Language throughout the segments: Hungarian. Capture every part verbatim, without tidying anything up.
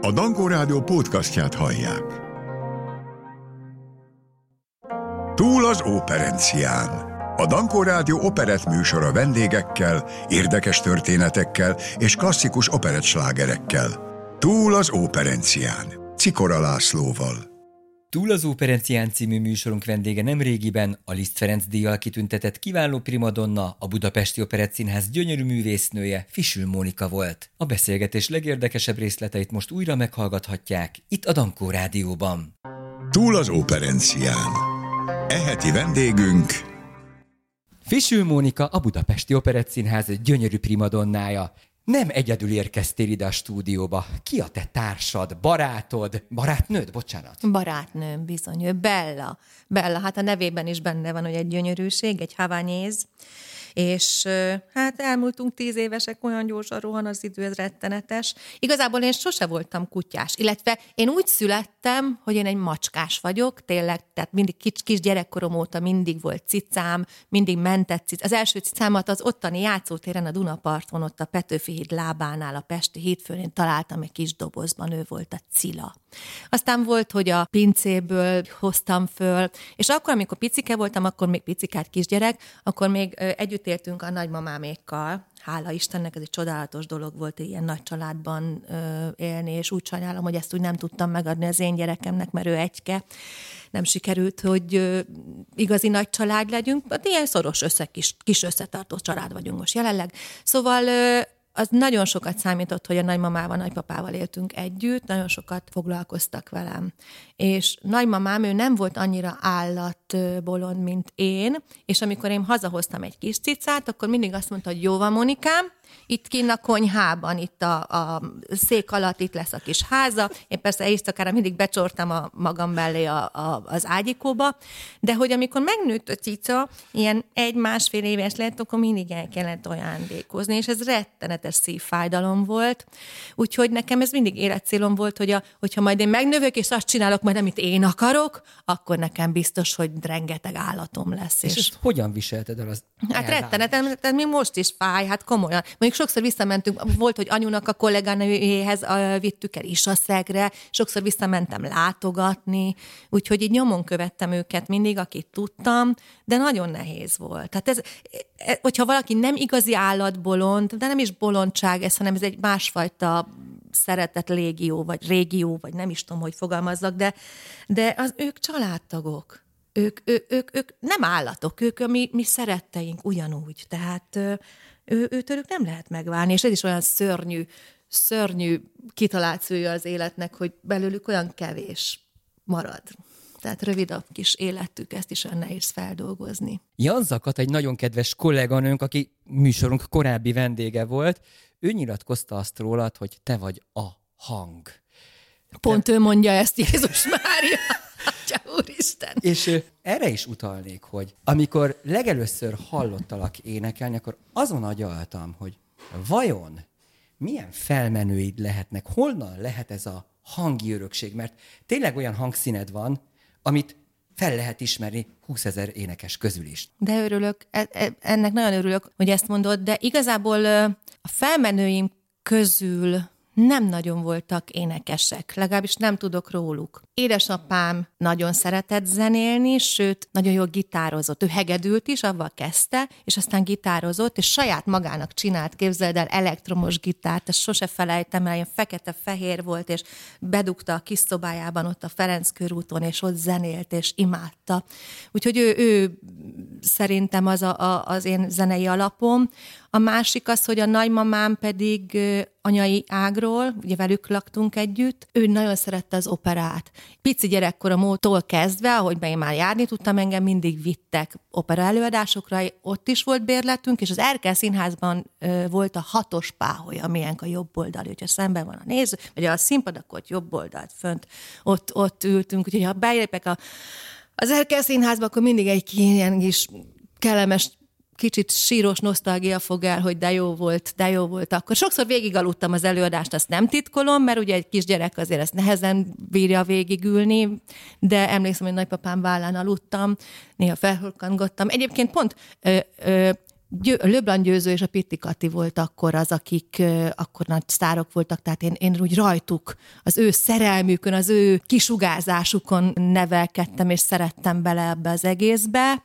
A Dankó Rádió podcastját hallják. Túl az operencián. A Dankó Rádió operett műsora vendégekkel, érdekes történetekkel és klasszikus operettslágerekkel. Túl az operencián. Czikora Lászlóval. Túl az operencián című műsorunk vendége nemrégiben a Liszt Ferenc díjjal kitüntetett kiváló primadonna, a Budapesti Operettszínház gyönyörű művésznője, Fisül Mónika volt. A beszélgetés legérdekesebb részleteit most újra meghallgathatják itt a Dankó Rádióban. Túl az operencián. E heti vendégünk Fisül Mónika, a Budapesti Operettszínház gyönyörű primadonnája. Nem egyedül érkeztél ide a stúdióba. Ki a te társad, barátod, barátnőd, bocsánat? Barátnőm, bizony, ő Bella. Bella, hát a nevében is benne van, hogy egy gyönyörűség, egy havanyéz. És hát elmúltunk tíz évesek, olyan gyorsan rohan az idő, ez rettenetes. Igazából én sose voltam kutyás, illetve én úgy születtem, hogy én egy macskás vagyok, tényleg, tehát mindig kis, kis gyerekkorom óta mindig volt cicám, mindig mentett cicám. Az első cicámat az ottani játszótéren, a Dunaparton, ott a Petőfi híd lábánál, a Pesti hídfőn találtam egy kis dobozban, ő volt a Cilla. Aztán volt, hogy a pincéből hoztam föl, és akkor, amikor picike voltam, akkor még picikát kisgyerek, akkor még együtt éltünk a nagymamámékkal. Hála Istennek, ez egy csodálatos dolog volt ilyen nagy családban ö, élni, és úgy sajnálom, hogy ezt úgy nem tudtam megadni az én gyerekemnek, mert ő egyke. Nem sikerült, hogy ö, igazi nagy család legyünk. Ilyen szoros össze, kis, kis összetartó család vagyunk most jelenleg. Szóval ö, az nagyon sokat számított, hogy a nagymamával, nagypapával éltünk együtt, nagyon sokat foglalkoztak velem. És nagymamám, ő nem volt annyira állatbolond, mint én, és amikor én hazahoztam egy kis cicát, akkor mindig azt mondta, hogy jó van, Monikám, itt kinn a konyhában, itt a, a szék alatt, itt lesz a kis háza. Én persze éjszakára mindig becsortam a magam mellé a, a, az ágyikóba, de hogy amikor megnőtt a cica, ilyen egy-másfél éves lett, akkor mindig el kellett ajándékozni, és ez rettenetes szívfájdalom volt. Úgyhogy nekem ez mindig életcélom volt, hogy a, hogyha majd én megnövök, és azt csinálok majd, amit én akarok, akkor nekem biztos, hogy rengeteg állatom lesz. És, és ezt hogyan viselted el az Hát rettenetem, tehát még most is fáj, hát komolyan. Mondjuk sokszor visszamentünk, volt, hogy anyunak a kolléganőjéhez vittük el Isaszegre, sokszor visszamentem látogatni, úgyhogy így nyomon követtem őket mindig, akit tudtam, de nagyon nehéz volt. Tehát ez, hogyha valaki nem igazi állatbolond, de nem is bolondság ez, hanem ez egy másfajta szeretet légió, vagy régió, vagy nem is tudom, hogy fogalmazzak, de, de az, ők családtagok. Ők, ő, ők, ők nem állatok, ők a mi, mi szeretteink ugyanúgy. Tehát ő, őtőlük nem lehet megválni, és ez is olyan szörnyű, szörnyű kitalációja az életnek, hogy belőlük olyan kevés marad. Tehát rövid a kis életük, ezt is olyan nehéz feldolgozni. Jan Zakat, egy nagyon kedves kolléganőnk, aki műsorunk korábbi vendége volt, ő nyilatkozta azt rólad, hogy te vagy a hang. Pont te... ő mondja ezt, Jézus Mária! Atya Úristen! És erre is utalnék, hogy amikor legelőször hallottalak énekelni, akkor azon agyaltam, hogy vajon milyen felmenőid lehetnek, honnan lehet ez a hangi örökség, mert tényleg olyan hangszíned van, amit fel lehet ismerni húszezer énekes közül is. De örülök, ennek nagyon örülök, hogy ezt mondod, de igazából a felmenőim közül nem nagyon voltak énekesek, legalábbis nem tudok róluk. Édesapám nagyon szeretett zenélni, sőt, nagyon jól gitározott. Ő hegedült is, avval kezdte, és aztán gitározott, és saját magának csinált, képzeld el, elektromos gitárt, ezt sose felejtem el, ilyen fekete-fehér volt, és bedugta a kis szobájában ott a Ferenc körúton, és ott zenélt, és imádta. Úgyhogy ő, ő szerintem az a, a, az én zenei alapom. A másik az, hogy a nagymamám pedig anyai ágról, ugye velük laktunk együtt, ő nagyon szerette az operát. Pici gyerekkoromtól kezdve, ahogy én már járni tudtam, engem mindig vittek opera előadásokra, ott is volt bérletünk, és az Erkel Színházban ö, volt a hatos páholy, amilyen a jobb oldal, hogyha szemben van a néző, vagy a színpad, akkor ott jobb oldalt fönt, ott, ott ültünk, úgyhogy ha belépek a, az Erkel Színházba, akkor mindig egy ilyen kis kellemes, kicsit síros nosztalgia fog el, hogy de jó volt, de jó volt akkor. Sokszor végigaludtam az előadást, azt nem titkolom, mert ugye egy kisgyerek azért ezt nehezen bírja végigülni, de emlékszem, hogy nagypapám vállán aludtam, néha felhorkangottam. Egyébként pont ö, ö, Löblan Győző és a Pitti Kati volt akkor az, akik akkor nagy sztárok voltak, tehát én, én úgy rajtuk, az ő szerelmükön, az ő kisugárzásukon nevelkedtem, és szerettem bele ebbe az egészbe,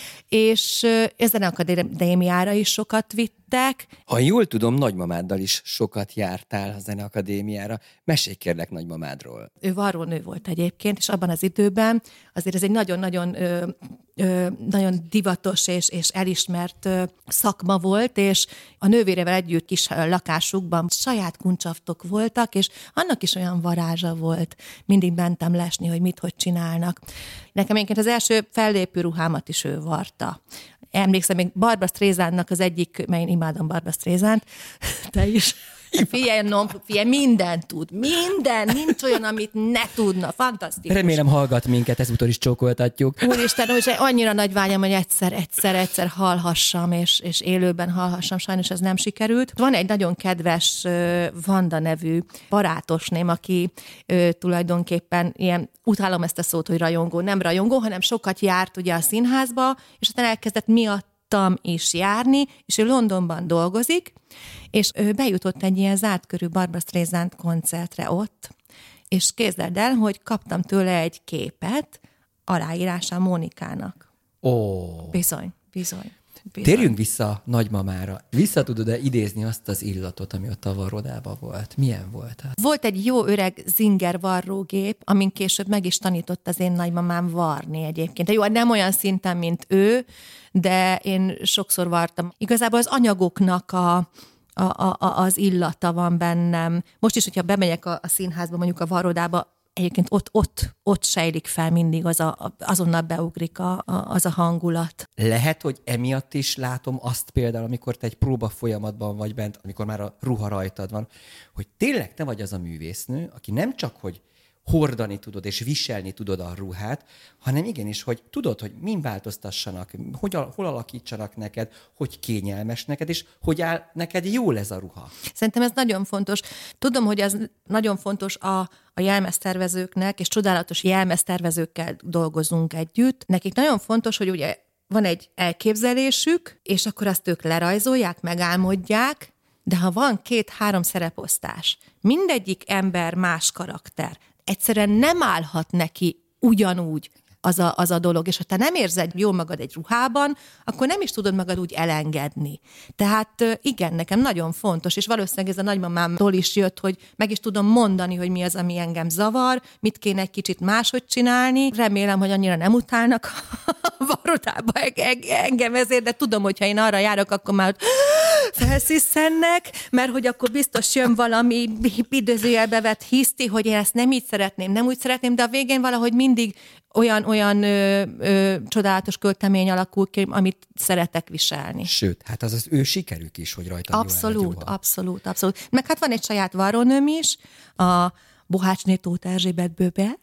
és ezen akadémiára is sokat vittek. Ha jól tudom, nagymamáddal is sokat jártál a Zeneakadémiára. Mesélj kérlek nagymamádról. Ő varrónő volt egyébként, és abban az időben azért ez egy nagyon-nagyon ö, ö, nagyon divatos és, és elismert ö, szakma volt, és a nővérével együtt kis lakásukban saját kuncsaftok voltak, és annak is olyan varázsa volt. Mindig mentem lesni, hogy mit, hogy csinálnak. Nekem egyébként az első fellépő ruhámat is ő varta. Emlékszem, még Barbra Streisandnak az egyik, mert én imádom Barbra Streisand, te is. Figyelj, non, figyelj, mindent tud. Minden, nincs olyan, amit ne tudna. Fantasztikus. Remélem hallgat minket, ezúttal is csókoltatjuk. Úristen, hogy annyira nagy vágyam, hogy egyszer, egyszer, egyszer hallhassam, és, és élőben hallhassam. Sajnos ez nem sikerült. Van egy nagyon kedves Vanda nevű barátosném, aki ö, tulajdonképpen ilyen, utálom ezt a szót, hogy rajongó, nem rajongó, hanem sokat járt ugye a színházba, és aztán elkezdett miatt is járni, és ő Londonban dolgozik, és ő bejutott egy ilyen zárt körű Barbra Streisand koncertre ott, és képzeld el, hogy kaptam tőle egy képet aláírása Mónikának. Ó. Bizony, bizony. Bizony. Térjünk vissza nagymamára. Vissza tudod-e idézni azt az illatot, ami ott a varrodában volt? Milyen volt az? Volt egy jó öreg Singer varrógép, amin később meg is tanított az én nagymamám varni egyébként. Jó, nem olyan szinten, mint ő, de én sokszor vartam. Igazából az anyagoknak a, a, a, az illata van bennem. Most is, hogyha bemegyek a, a színházba, mondjuk a varrodába, egyébként ott, ott, ott sejlik fel mindig, az a, azonnal beugrik a, a, az a hangulat. Lehet, hogy emiatt is látom azt például, amikor te egy próba folyamatban vagy bent, amikor már a ruha rajtad van, hogy tényleg te vagy az a művésznő, aki nem csak, hogy hordani tudod és viselni tudod a ruhát, hanem igenis, hogy tudod, hogy min változtassanak, hogy, hol alakítsanak neked, hogy kényelmes neked, és hogy áll neked jól ez a ruha. Szerintem ez nagyon fontos. Tudom, hogy ez nagyon fontos a, a jelmeztervezőknek, és csodálatos jelmeztervezőkkel dolgozunk együtt. Nekik nagyon fontos, hogy ugye van egy elképzelésük, és akkor azt ők lerajzolják, megálmodják, de ha van két-három szereposztás, mindegyik ember más karakter, egyszerűen nem állhat neki ugyanúgy az a, az a dolog, és ha te nem érzed jól magad egy ruhában, akkor nem is tudod magad úgy elengedni. Tehát igen, nekem nagyon fontos, és valószínűleg ez a nagymamámtól is jött, hogy meg is tudom mondani, hogy mi az, ami engem zavar, mit kéne egy kicsit máshogy csinálni. Remélem, hogy annyira nem utálnak a varrodába engem ezért, de tudom, hogyha én arra járok, akkor már felszisszennek, mert hogy akkor biztos jön valami idézőjelbe vett hiszti, hogy én ezt nem így szeretném, nem úgy szeretném, de a végén valahogy mindig olyan, olyan ö, ö, csodálatos költemény alakul ki, amit szeretek viselni. Sőt, hát az az ő sikerük is, hogy rajta abszolút, abszolút, abszolút. Meg hát van egy saját varrónőm is, a Bohácsné Tóth Erzsébet Böbe,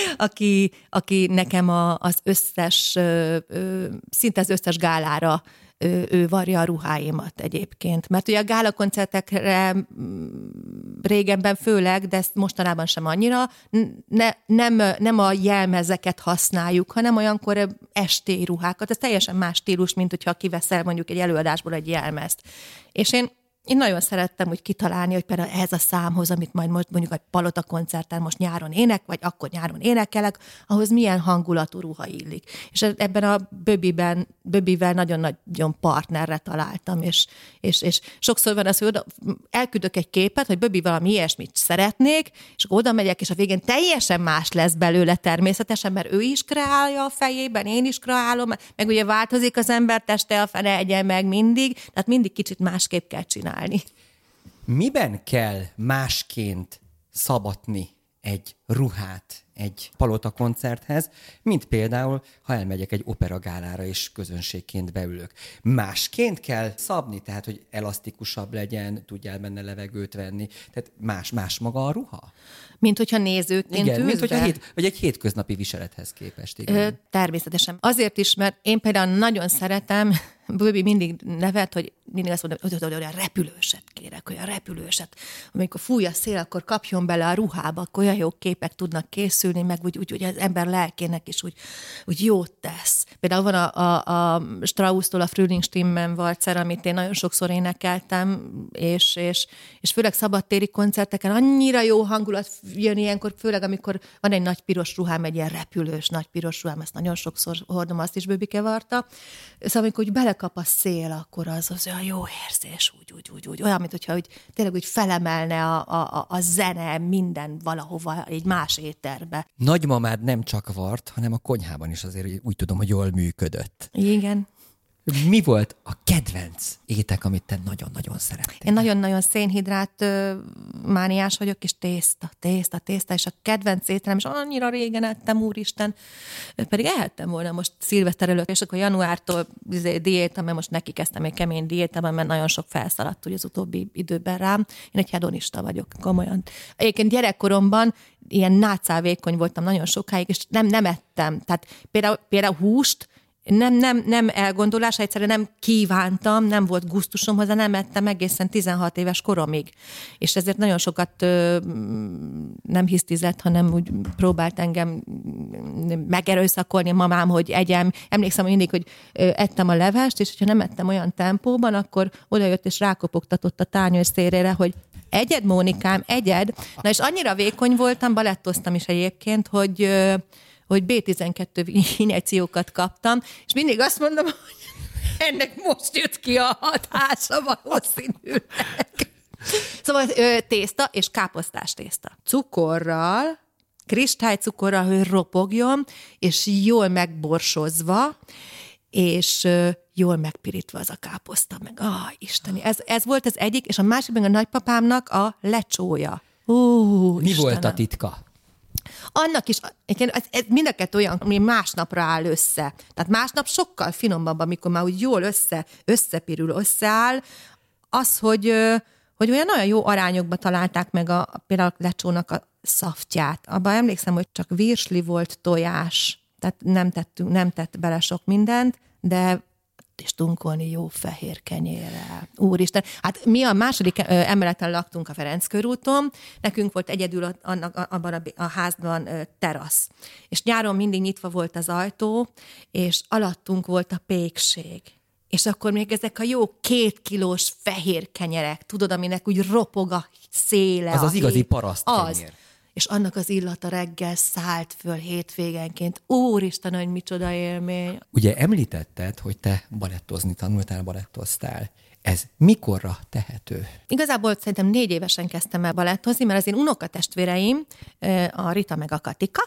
aki, aki nekem a, az összes, ö, ö, szinte az összes gálára ő, ő varja a ruháimat egyébként. Mert ugye a gálakoncertekre régenben főleg, de ezt mostanában sem annyira, ne, nem, nem a jelmezeket használjuk, hanem olyankor estély ruhákat. Ez teljesen más stílus, mint hogyha kiveszel mondjuk egy előadásból egy jelmezt. És én Én nagyon szerettem úgy kitalálni, hogy például ehhez a számhoz, amit majd most mondjuk egy Palota koncerten most nyáron ének, vagy akkor nyáron énekelek, ahhoz milyen hangulatú ruha illik. És ebben a Böbiben, Böbivel nagyon-nagyon partnerre találtam, és, és, és sokszor van az, hogy oda, elküldök egy képet, hogy Böbi valami ilyesmit szeretnék, és oda megyek, és a végén teljesen más lesz belőle természetesen, mert ő is kreálja a fejében, én is kreálom, meg ugye változik az ember teste, a fene egyen meg mindig, tehát mindig kicsit másképp kell csinálni. Miben kell másként szabatni egy ruhát egy Palota koncerthez, mint például, ha elmegyek egy operagálára és közönségként beülök. Másként kell szabni, tehát, hogy elasztikusabb legyen, tudjál benne levegőt venni. Tehát más, más maga a ruha? Mint hogyha nézőként igen, ülve. mint hogyha hét, vagy egy hétköznapi viselethez képest. Igen. Ö, természetesen. Azért is, mert én például nagyon szeretem Bőbi mindig nevet, hogy mindig azt mondom, hogy olyan repülőset kérek, olyan repülőset. Amikor fúj a szél, akkor kapjon bele a ruhába, akkor olyan jó képek tudnak készülni, meg úgy, úgy, úgy az ember lelkének is úgy, úgy jót tesz. Például van a, a, a Strauss-tól a Frühlingsstimmen valcer, amit én nagyon sokszor énekeltem, és, és, és főleg szabadtéri koncerteken annyira jó hangulat jön ilyenkor, főleg amikor van egy nagy piros ruhám, egy ilyen repülős nagy piros ruhám, ezt nagyon sokszor hordom, azt is Bőbike varta. Szóval amikor úgy belekap a szél, akkor az az olyan jó érzés, úgy, úgy, úgy, úgy olyan, mint hogyha úgy, tényleg úgy felemelne a, a, a zene minden valahova, egy más éterbe. Nagymamád nem csak vart, hanem a konyhában is azért úgy tudom, hogy jól működött. Igen. Mi volt a kedvenc étek, amit te nagyon-nagyon szerettél? Én nagyon-nagyon szénhidrát mániás vagyok, és tészta, tészta, tészta, és a kedvenc ételem, és annyira régen ettem, úristen, pedig ehettem volna most szilveszter előtt, és akkor januártól diéta, mert most neki kezdtem egy kemény diétában, mert nagyon sok felszaladt ugye az utóbbi időben rám. Én egy hedonista vagyok, komolyan. Egyébként gyerekkoromban ilyen nácávékony voltam nagyon sokáig, és nem, nem ettem. Tehát például, például húst, Nem, nem, nem elgondolás, egyszerűen nem kívántam, nem volt gusztusom hozzá, nem ettem egészen tizenhat éves koromig. És ezért nagyon sokat ö, nem hisztizett, hanem úgy próbált engem megerőszakolni mamám, hogy egyem. Emlékszem mindig, hogy ö, ettem a levest, és hogyha nem ettem olyan tempóban, akkor odajött és rákopogtatott a tányőr szélére, hogy egyed, Mónikám, egyed. Na és annyira vékony voltam, balettoztam is egyébként, hogy... Ö, hogy bé tizenkettő injekciókat kaptam, és mindig azt mondom, hogy ennek most jött ki a hatása valószínűleg. Szóval tészta és káposztás tészta. Cukorral, kristálycukorral, hogy ropogjon, és jól megborsozva, és jól megpirítva az a káposzta, meg ah, isteni. Ez, ez volt az egyik, és a másik meg a nagypapámnak a lecsója. Ú, Mi Istenem. volt a titka? Annak is, ez, ez mind a kettő olyan, ami másnapra áll össze. Tehát másnap sokkal finomabb, amikor már úgy jól össze, összepirul, összeáll, az, hogy, hogy olyan nagyon jó arányokba találták meg a, például a lecsónak a szaftját. Abban emlékszem, hogy csak virsli volt, tojás, tehát nem, tettünk, nem tett bele sok mindent, de és tunkolni jó fehér kenyérrel. Úristen, hát mi a második emeleten laktunk a Ferenc körúton, nekünk volt egyedül annak, abban a, a házban terasz. És nyáron mindig nyitva volt az ajtó, és alattunk volt a pékség. És akkor még ezek a jó két kilós fehér kenyerek, tudod, aminek úgy ropog a széle. Az az hét. igazi paraszt Az. kenyér. És annak az illata reggel szállt föl hétvégenként. Úristen, hogy micsoda élmény. Ugye említetted, hogy te balettozni tanultál, balettoztál. Ez mikorra tehető? Igazából szerintem négy évesen kezdtem el balettozni, mert az én unokatestvéreim, a Rita meg a Katika,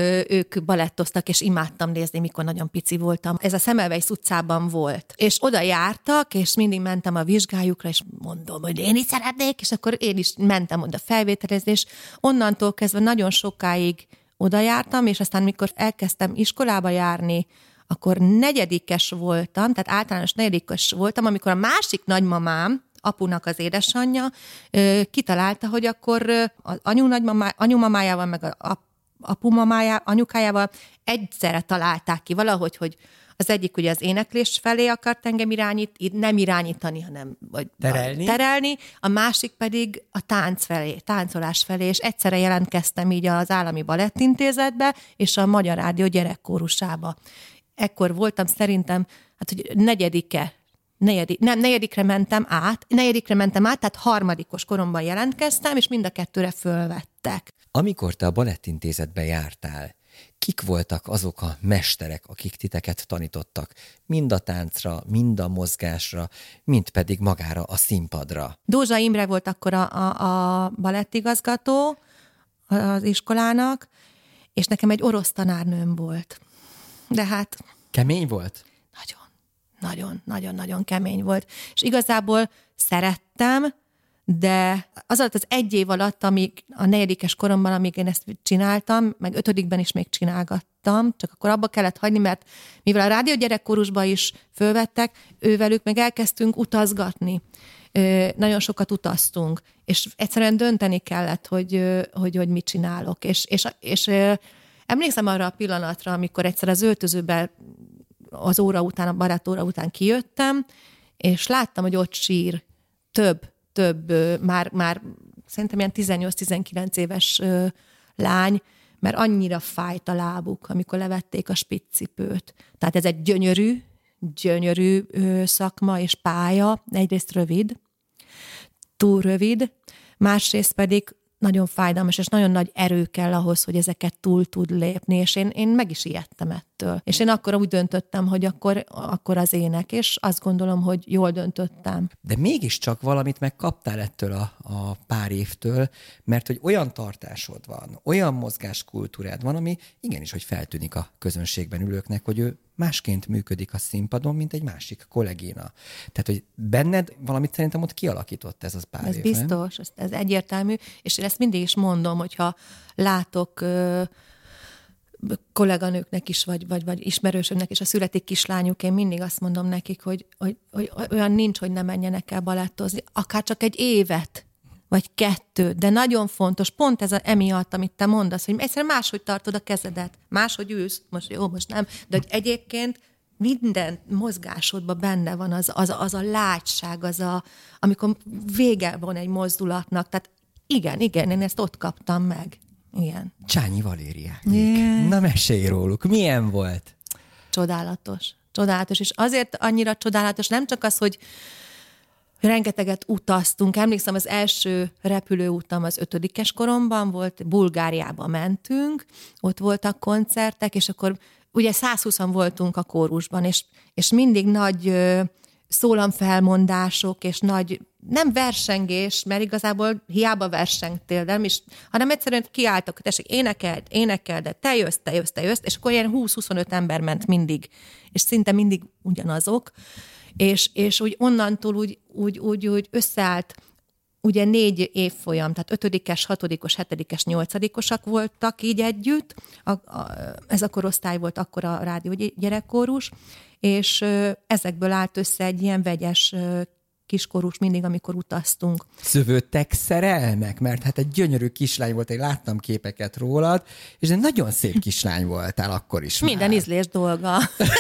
ők balettoztak, és imádtam nézni, mikor nagyon pici voltam. Ez a Semmelweis utcában volt. És oda jártak, és mindig mentem a vizsgájukra, és mondom, hogy én is szeretnék, és akkor én is mentem oda felvételezni, és onnantól kezdve nagyon sokáig oda jártam, és aztán mikor elkezdtem iskolába járni, akkor negyedikes voltam, tehát általános negyedikes voltam, amikor a másik nagymamám, apunak az édesanyja, kitalálta, hogy akkor az anyu nagymamá, anyumamájával, meg a apumamájával, anyukájával egyszerre találták ki valahogy, hogy az egyik ugye az éneklés felé akart engem irányít, nem irányítani, hanem vagy terelni. terelni, a másik pedig a tánc felé, táncolás felé, és egyszerre jelentkeztem így az Állami Balettintézetbe és a Magyar Rádió gyerekkórusába. Ekkor voltam szerintem, hát hogy negyedike, negyedik, nem, negyedikre mentem át, negyedikre mentem át, tehát harmadikos koromban jelentkeztem, és mind a kettőre fölvettek. Amikor te a balettintézetbe jártál, kik voltak azok a mesterek, akik titeket tanítottak? Mind a táncra, mind a mozgásra, mind pedig magára a színpadra. Dózsa Imre volt akkor a, a, a balettigazgató az iskolának, és nekem egy orosz tanárnőm volt. De hát... Kemény volt? Nagyon, nagyon, nagyon, nagyon kemény volt. És igazából szerettem, de az alatt az egy év alatt, amíg a negyedikes koromban, amíg én ezt csináltam, meg ötödikben is még csinálgattam, csak akkor abba kellett hagyni, mert mivel a rádió gyerekkórusba is fölvettek, ővelük meg elkezdtünk utazgatni. Nagyon sokat utaztunk, és egyszerűen dönteni kellett, hogy, hogy, hogy mit csinálok. És, és, és emlékszem arra a pillanatra, amikor egyszer az öltözőben az óra után, a barátóra után kijöttem, és láttam, hogy ott sír több, több, már, már szerintem ilyen tizennyolc-tizenkilenc éves lány, mert annyira fájt a lábuk, amikor levették a spiccipőt. Tehát ez egy gyönyörű, gyönyörű szakma és pálya, egyrészt rövid, túl rövid, másrészt pedig nagyon fájdalmas, és nagyon nagy erő kell ahhoz, hogy ezeket túl tud lépni, és én, én meg is ijedtem ettől. És én akkor úgy döntöttem, hogy akkor, akkor az ének, és azt gondolom, hogy jól döntöttem. De mégiscsak valamit megkaptál ettől a, a pár évtől, mert hogy olyan tartásod van, olyan mozgáskultúrád van, ami igenis, hogy feltűnik a közönségben ülőknek, hogy ő másként működik a színpadon, mint egy másik kollégina. Tehát, hogy benned valamit szerintem ott kialakított ez az pár ez év, biztos, ez, ez egyértelmű, és én ezt mindig is mondom, hogyha látok ö, kolléganőknek is, vagy, vagy, vagy ismerősöknek is, a születik kislányuk, én mindig azt mondom nekik, hogy, hogy, hogy olyan nincs, hogy ne menjenek el balettozni, akár csak egy évet, vagy kettő, de nagyon fontos, pont ez a, emiatt, amit te mondasz, hogy egyszerűen máshogy tartod a kezedet, máshogy ülsz, most jó, most nem, de hogy egyébként minden mozgásodban benne van az, az, az a lágyság, az a, amikor vége van egy mozdulatnak, tehát igen, igen, én ezt ott kaptam meg. Igen. Csányi Valériákék. Yeah. Na mesélj róluk, milyen volt? Csodálatos. Csodálatos, és azért annyira csodálatos, nem csak az, hogy rengeteget utaztunk. Emlékszem, az első repülőutam az ötödikes koromban volt, Bulgáriába mentünk, ott voltak koncertek, és akkor ugye százhúszan voltunk a kórusban, és, és mindig nagy ö, szólamfelmondások, és nagy, nem versengés, mert igazából hiába versengtél, nem is, hanem egyszerűen kiálltak, tessék, énekeld, énekeld, de te jössz, te jössz, te jössz, és akkor ilyen húsz-huszonöt ember ment mindig, és szinte mindig ugyanazok, és, és úgy onnantól úgy, úgy, úgy, úgy összeállt, ugye négy évfolyam, tehát ötödikes, hatodikos, hetedikes, nyolcadikosak voltak így együtt, a, a, ez a korosztály volt akkor a rádió gyerekkórus, és ö, ezekből állt össze egy ilyen vegyes ö, kiskorús mindig, amikor utaztunk. Szövődtek szerelmek? Mert hát egy gyönyörű kislány volt, én láttam képeket rólad, és egy nagyon szép kislány voltál akkor is. Minden már. ízlés dolga.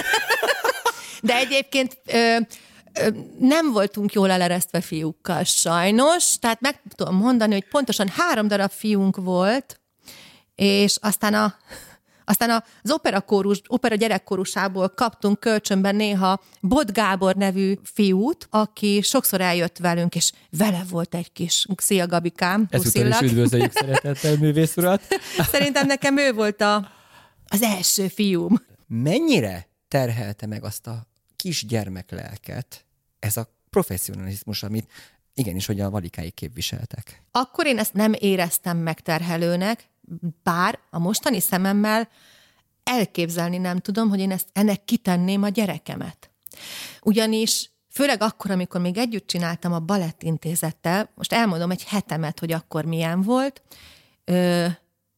De egyébként ö, ö, nem voltunk jól eleresztve fiúkkal sajnos, tehát meg tudom mondani, hogy pontosan három darab fiunk volt, és aztán a Aztán az operakórus, opera gyerekkórusából kaptunk kölcsönben néha Bot Gábor nevű fiút, aki sokszor eljött velünk, és vele volt egy kis, szia Gabikám, ezután is üdvözöljük szeretettel művész urat. Szerintem nekem ő volt a, az első fiúm. Mennyire terhelte meg azt a kis gyermeklelket, ez a professzionalizmus, amit igenis, hogy a Valikáik képviseltek? Akkor én ezt nem éreztem megterhelőnek, bár a mostani szememmel elképzelni nem tudom, hogy én ezt ennek kitenném a gyerekemet. Ugyanis főleg akkor, amikor még együtt csináltam a Balettintézettel, most elmondom egy hetemet, hogy akkor milyen volt. Ö,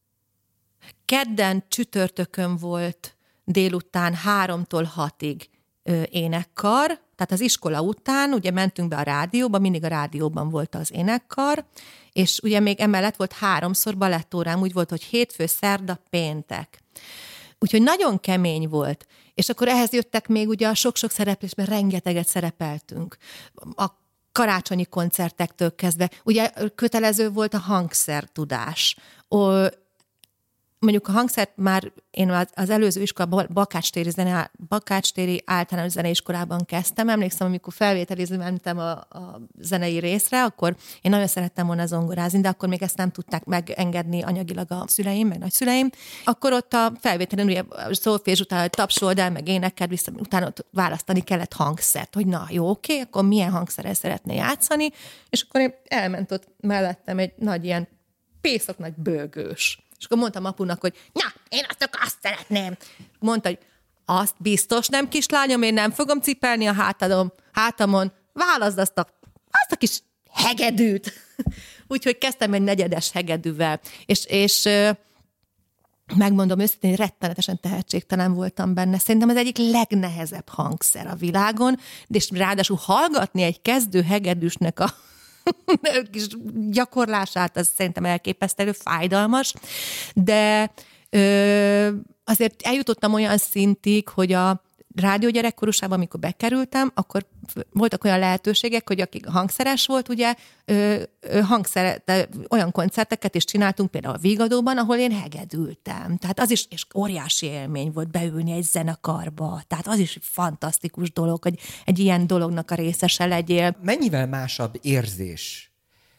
kedden, csütörtökön volt délután háromtól hatig ö, énekkar, tehát az iskola után ugye mentünk be a rádióba, mindig a rádióban volt az énekkar, és ugye még emellett volt háromszor balettórám, úgy volt, hogy hétfő, szerda, péntek. Úgyhogy nagyon kemény volt. És akkor ehhez jöttek még ugye a sok-sok szereplés, mert rengeteget szerepeltünk. A karácsonyi koncertektől kezdve. Ugye kötelező volt a hangszertudás. O, mondjuk a hangszert már én az előző iskola, Bakács-téri, zene, Bakács-téri általános zeneiskolában kezdtem. Emlékszem, amikor felvételizni mentem a, a zenei részre, akkor én nagyon szerettem volna zongorázni, de akkor még ezt nem tudták megengedni anyagilag a szüleim, meg nagyszüleim. Akkor ott a felvételen ugye szólfés után tapsold el, meg éneked vissza, utána ott választani kellett hangszert, hogy na jó, oké, akkor milyen hangszerrel szeretné játszani, és akkor én elment ott mellettem egy nagy ilyen pészok nagy bőgős. És akkor mondtam apunak, hogy na, én azt csak azt szeretném. Mondta, hogy azt biztos nem, kislányom, én nem fogom cipelni a hátadom, hátamon, válaszd azt a, azt a kis hegedűt. Úgyhogy kezdtem egy negyedes hegedűvel. És, és megmondom őszintén, rettenetesen tehetségtelen voltam benne. Szerintem az egyik legnehezebb hangszer a világon, és ráadásul hallgatni egy kezdő hegedűsnek a kis gyakorlását, az szerintem elképesztő, fájdalmas, de ö, azért eljutottam olyan szintig, hogy a rádió gyerekkorúsában, amikor bekerültem, akkor voltak olyan lehetőségek, hogy aki hangszeres volt, ugye ö, ö, hangszere, olyan koncerteket is csináltunk, például a Vigadóban, ahol én hegedültem. Tehát az is, és óriási élmény volt beülni egy zenekarba. Tehát az is fantasztikus dolog, hogy egy ilyen dolognak a részese legyél. Mennyivel másabb érzés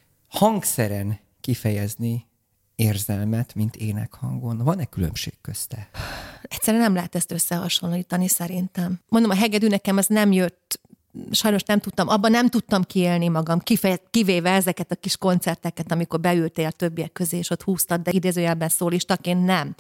hangszeren kifejezni érzelmet, mint énekhangon? Van-e különbség közte? Egyszerűen nem lehet ezt összehasonlítani szerintem. Mondom, a hegedű nekem ez nem jött, sajnos nem tudtam, abban nem tudtam kiélni magam, kifeje, kivéve ezeket a kis koncerteket, amikor beültél a többiek közé, és ott húztad, de idézőjelben szólistaként nem.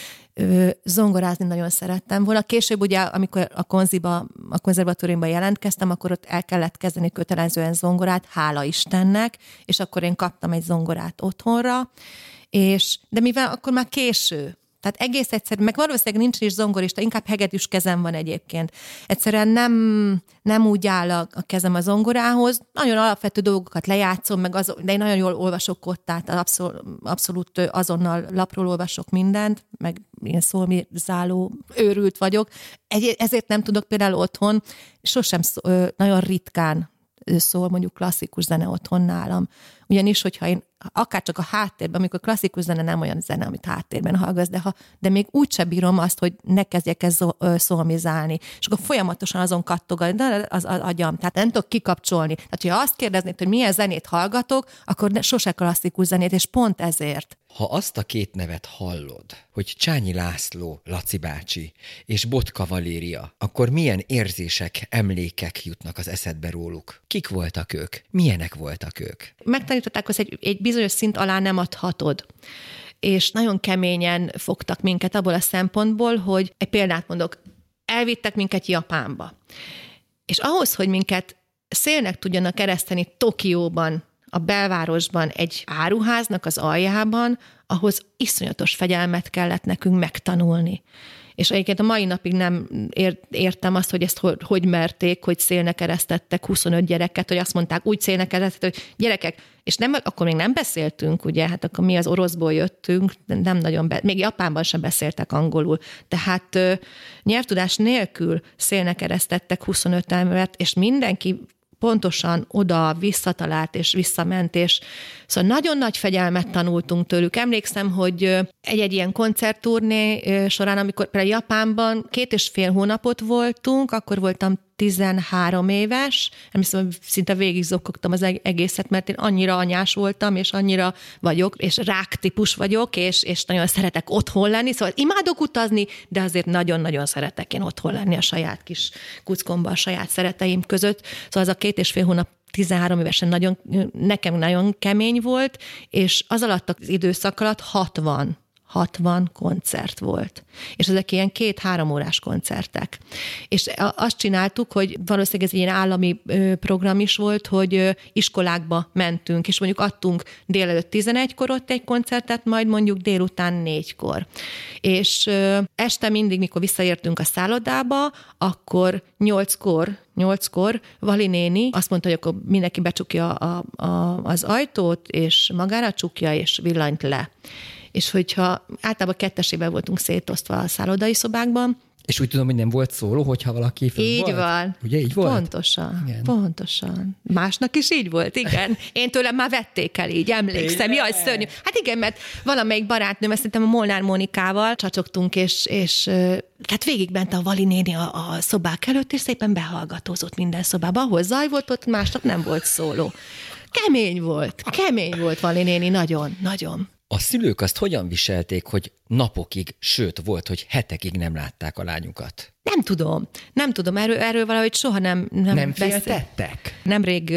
Ö, zongorázni nagyon szerettem volna. Később ugye, amikor a konziba, a konzervatóriumban jelentkeztem, akkor ott el kellett kezdeni kötelezően zongorát, hála Istennek, és akkor én kaptam egy zongorát otthonra, és, de mivel akkor már késő, tehát egész egyszerűen, meg valószínűleg nincs is zongorista, inkább hegedűs kezem van egyébként. Egyszerűen nem, nem úgy áll a, a kezem a zongorához, nagyon alapvető dolgokat lejátszom, meg az, de én nagyon jól olvasok kottát, abszolút, abszolút azonnal lapról olvasok mindent, meg ilyen szólmizáló őrült vagyok. Egy, ezért nem tudok például otthon, sosem szó, nagyon ritkán szól mondjuk klasszikus zene otthon nálam. Ugyanis, hogyha én akár csak a háttérben, amikor klasszikus zene nem olyan zene, amit háttérben hallgatsz, de, ha, de még úgyse bírom azt, hogy ne kezdjek el szolmizálni. És akkor folyamatosan azon kattogatni, de az, az agyam. Tehát nem tudok kikapcsolni. Tehát, ha azt kérdeznéd, hogy milyen zenét hallgatok, akkor sose klasszikus zenét, és pont ezért. Ha azt a két nevet hallod, hogy Csányi László, Laci bácsi és Botka Valéria, akkor milyen érzések, emlékek jutnak az eszedbe róluk? Kik voltak ők? Milyenek voltak ők? Megtanították, hogy egy, egy bizonyos szint alá nem adhatod. És nagyon keményen fogtak minket abból a szempontból, hogy egy példát mondok, elvittek minket Japánba. És ahhoz, hogy minket szélnek tudjanak ereszteni Tokióban, a belvárosban, egy áruháznak az aljában, ahhoz iszonyatos fegyelmet kellett nekünk megtanulni. És egyébként a mai napig nem értem azt, hogy ezt hogy, hogy merték, hogy szélnek eresztettek huszonöt gyereket, hogy azt mondták, úgy szélnek eresztettek, hogy gyerekek, és nem, akkor még nem beszéltünk, ugye, hát akkor mi az oroszból jöttünk, nem nagyon, be, még Japánban sem beszéltek angolul. Tehát ö, nyelvtudás nélkül szélnek eresztettek huszonöt embert, és mindenki pontosan oda visszatalált és visszament, és szóval nagyon nagy fegyelmet tanultunk tőlük. Emlékszem, hogy egy-egy ilyen koncertturné során, amikor például Japánban két és fél hónapot voltunk, akkor voltam tizenhárom éves, nem hiszem, hogy szinte végig zokogtam az egészet, mert én annyira anyás voltam, és annyira vagyok, és rák típus vagyok, és, és nagyon szeretek otthon lenni, szóval imádok utazni, de azért nagyon-nagyon szeretek én otthon lenni a saját kis kuckomban, a saját szereteim között. Szóval az a két és fél hónap tizenhárom évesen nagyon, nekem nagyon kemény volt, és az alatt az időszak alatt hatvan hatvan koncert volt. És ezek ilyen két-három órás koncertek. És azt csináltuk, hogy valószínűleg ez egy ilyen állami program is volt, hogy iskolákba mentünk, és mondjuk adtunk délelőtt tizenegykor ott egy koncertet, majd mondjuk délután négykor. És este mindig, mikor visszaértünk a szállodába, akkor nyolckor Nyolckor Vali néni azt mondta, hogy akkor mindenki becsukja a, a, az ajtót, és magára csukja, és villanyt le. És hogyha általában kettesében voltunk szétosztva a szállodai szobákban. És úgy tudom, hogy nem volt szóló, hogyha valaki föl így volt? van. Ugye így volt? Pontosan. Igen. Pontosan. Másnak is így volt, igen. Én tőlem már vették el így, emlékszem. Jaj, szörnyű. Hát igen, mert valamelyik barátnőm, ezt szerintem a Molnár Mónikával csacsogtunk, és, és tehát végigment a Vali néni a, a szobák előtt, és szépen behallgatózott minden szobába. Ahol zaj volt, ott másnak nem volt szóló. Kemény volt. Kemény volt Vali néni, nagyon, nagyon. A szülők azt hogyan viselték, hogy napokig, sőt volt, hogy hetekig nem látták a lányukat? Nem tudom. Nem tudom. Erről, erről valahogy soha nem Nem, nem beszél. féltettek? Nemrég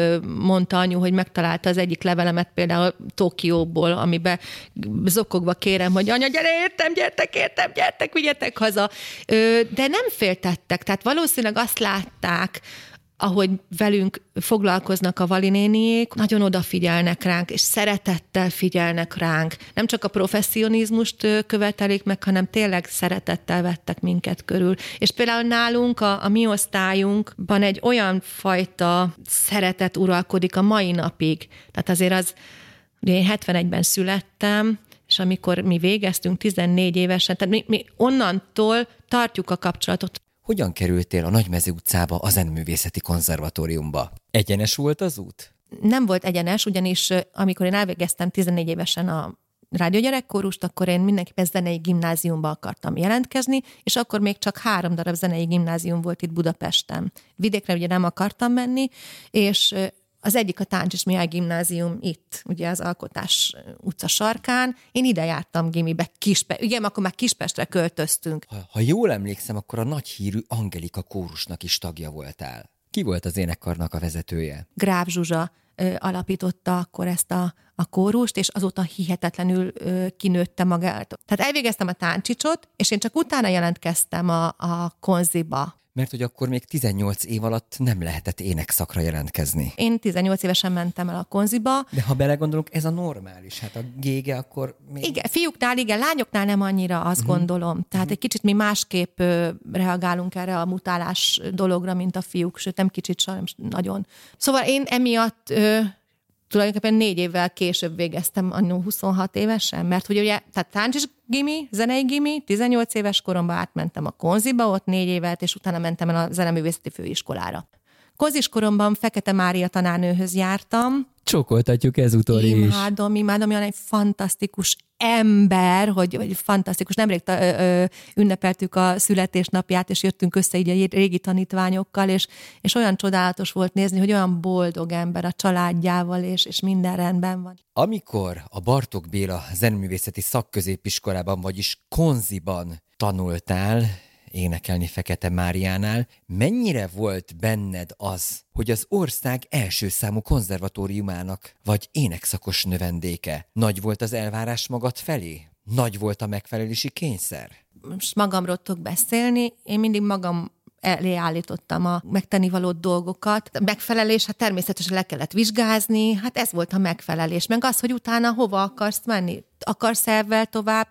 mondta anyu, hogy megtalálta az egyik levelemet például Tokióból, amiben zokogva kérem, hogy anya, gyere, értem, gyertek, értem, gyertek, vigyetek haza. De nem féltettek. Tehát valószínűleg azt látták, ahogy velünk foglalkoznak a Vali néniék, nagyon odafigyelnek ránk, és szeretettel figyelnek ránk. Nem csak a professzionizmust követelik meg, hanem tényleg szeretettel vettek minket körül. És például nálunk, a, a mi osztályunkban egy olyan fajta szeretet uralkodik a mai napig. Tehát azért az, ugye én hetvenegyben születtem, és amikor mi végeztünk tizennégy évesen, tehát mi, mi onnantól tartjuk a kapcsolatot. hogyan kerültél a Nagymező utcába a Zeneművészeti Konzervatóriumba? Egyenes volt az út? Nem volt egyenes, ugyanis amikor én elvégeztem tizennégy évesen a rádiógyerekkórust, akkor én mindenképpen zenei gimnáziumba akartam jelentkezni, és akkor még csak három darab zenei gimnázium volt itt Budapesten. Vidékre ugye nem akartam menni, és az egyik a Táncs és Mihály gimnázium itt, ugye az Alkotás utca sarkán. Én ide jártam gimibe, Kispe- igen, akkor már Kispestre költöztünk. Ha, ha jól emlékszem, akkor a nagy hírű Angelika kórusnak is tagja voltál. Ki volt az énekkarnak a vezetője? Gráf Zsuzsa ö, alapította akkor ezt a, a kórust, és azóta hihetetlenül ö, kinőtte magát. Tehát elvégeztem a táncsicsot, és én csak utána jelentkeztem a, a konziba. Mert hogy akkor még tizennyolc év alatt nem lehetett énekszakra jelentkezni. Én tizennyolc évesen mentem el a konziba. De ha belegondolunk, ez a normális. Hát a gége akkor még... Igen, fiúknál, igen, lányoknál nem annyira, azt uh-huh. gondolom. Tehát uh-huh. egy kicsit mi másképp ö, reagálunk erre a mutálás dologra, mint a fiúk, sőt nem kicsit, sem nagyon. Szóval én emiatt... Ö, tulajdonképpen négy évvel később végeztem annó huszonhat évesen, mert hogy ugye, tehát táncsis gimi, zenei gimi, tizennyolc éves koromban átmentem a konziba, ott négy évet, és utána mentem el a zeneművészeti főiskolára. Konzis koromban Fekete Mária tanárnőhöz jártam. Csókoltatjuk ezúttal is. Imádom, imádom, olyan egy fantasztikus ember, hogy, hogy fantasztikus. Nemrég ta, ö, ö, ünnepeltük a születésnapját, és jöttünk össze így a régi tanítványokkal, és, és olyan csodálatos volt nézni, hogy olyan boldog ember a családjával, és, és minden rendben van. Amikor a Bartók Béla Zeneművészeti Szakközépiskolában, vagyis konziban tanultál, énekelni Fekete Máriánál, mennyire volt benned az, hogy az ország első számú konzervatóriumának vagy énekszakos növendéke? Nagy volt az elvárás magad felé? Nagy volt a megfelelési kényszer? Most magamról tudok beszélni, én mindig magam elé állítottam a megtennivaló dolgokat. A megfelelés, hát természetesen le kellett vizsgázni, hát ez volt a megfelelés. Meg az, hogy utána hova akarsz menni? Akarsz ebben tovább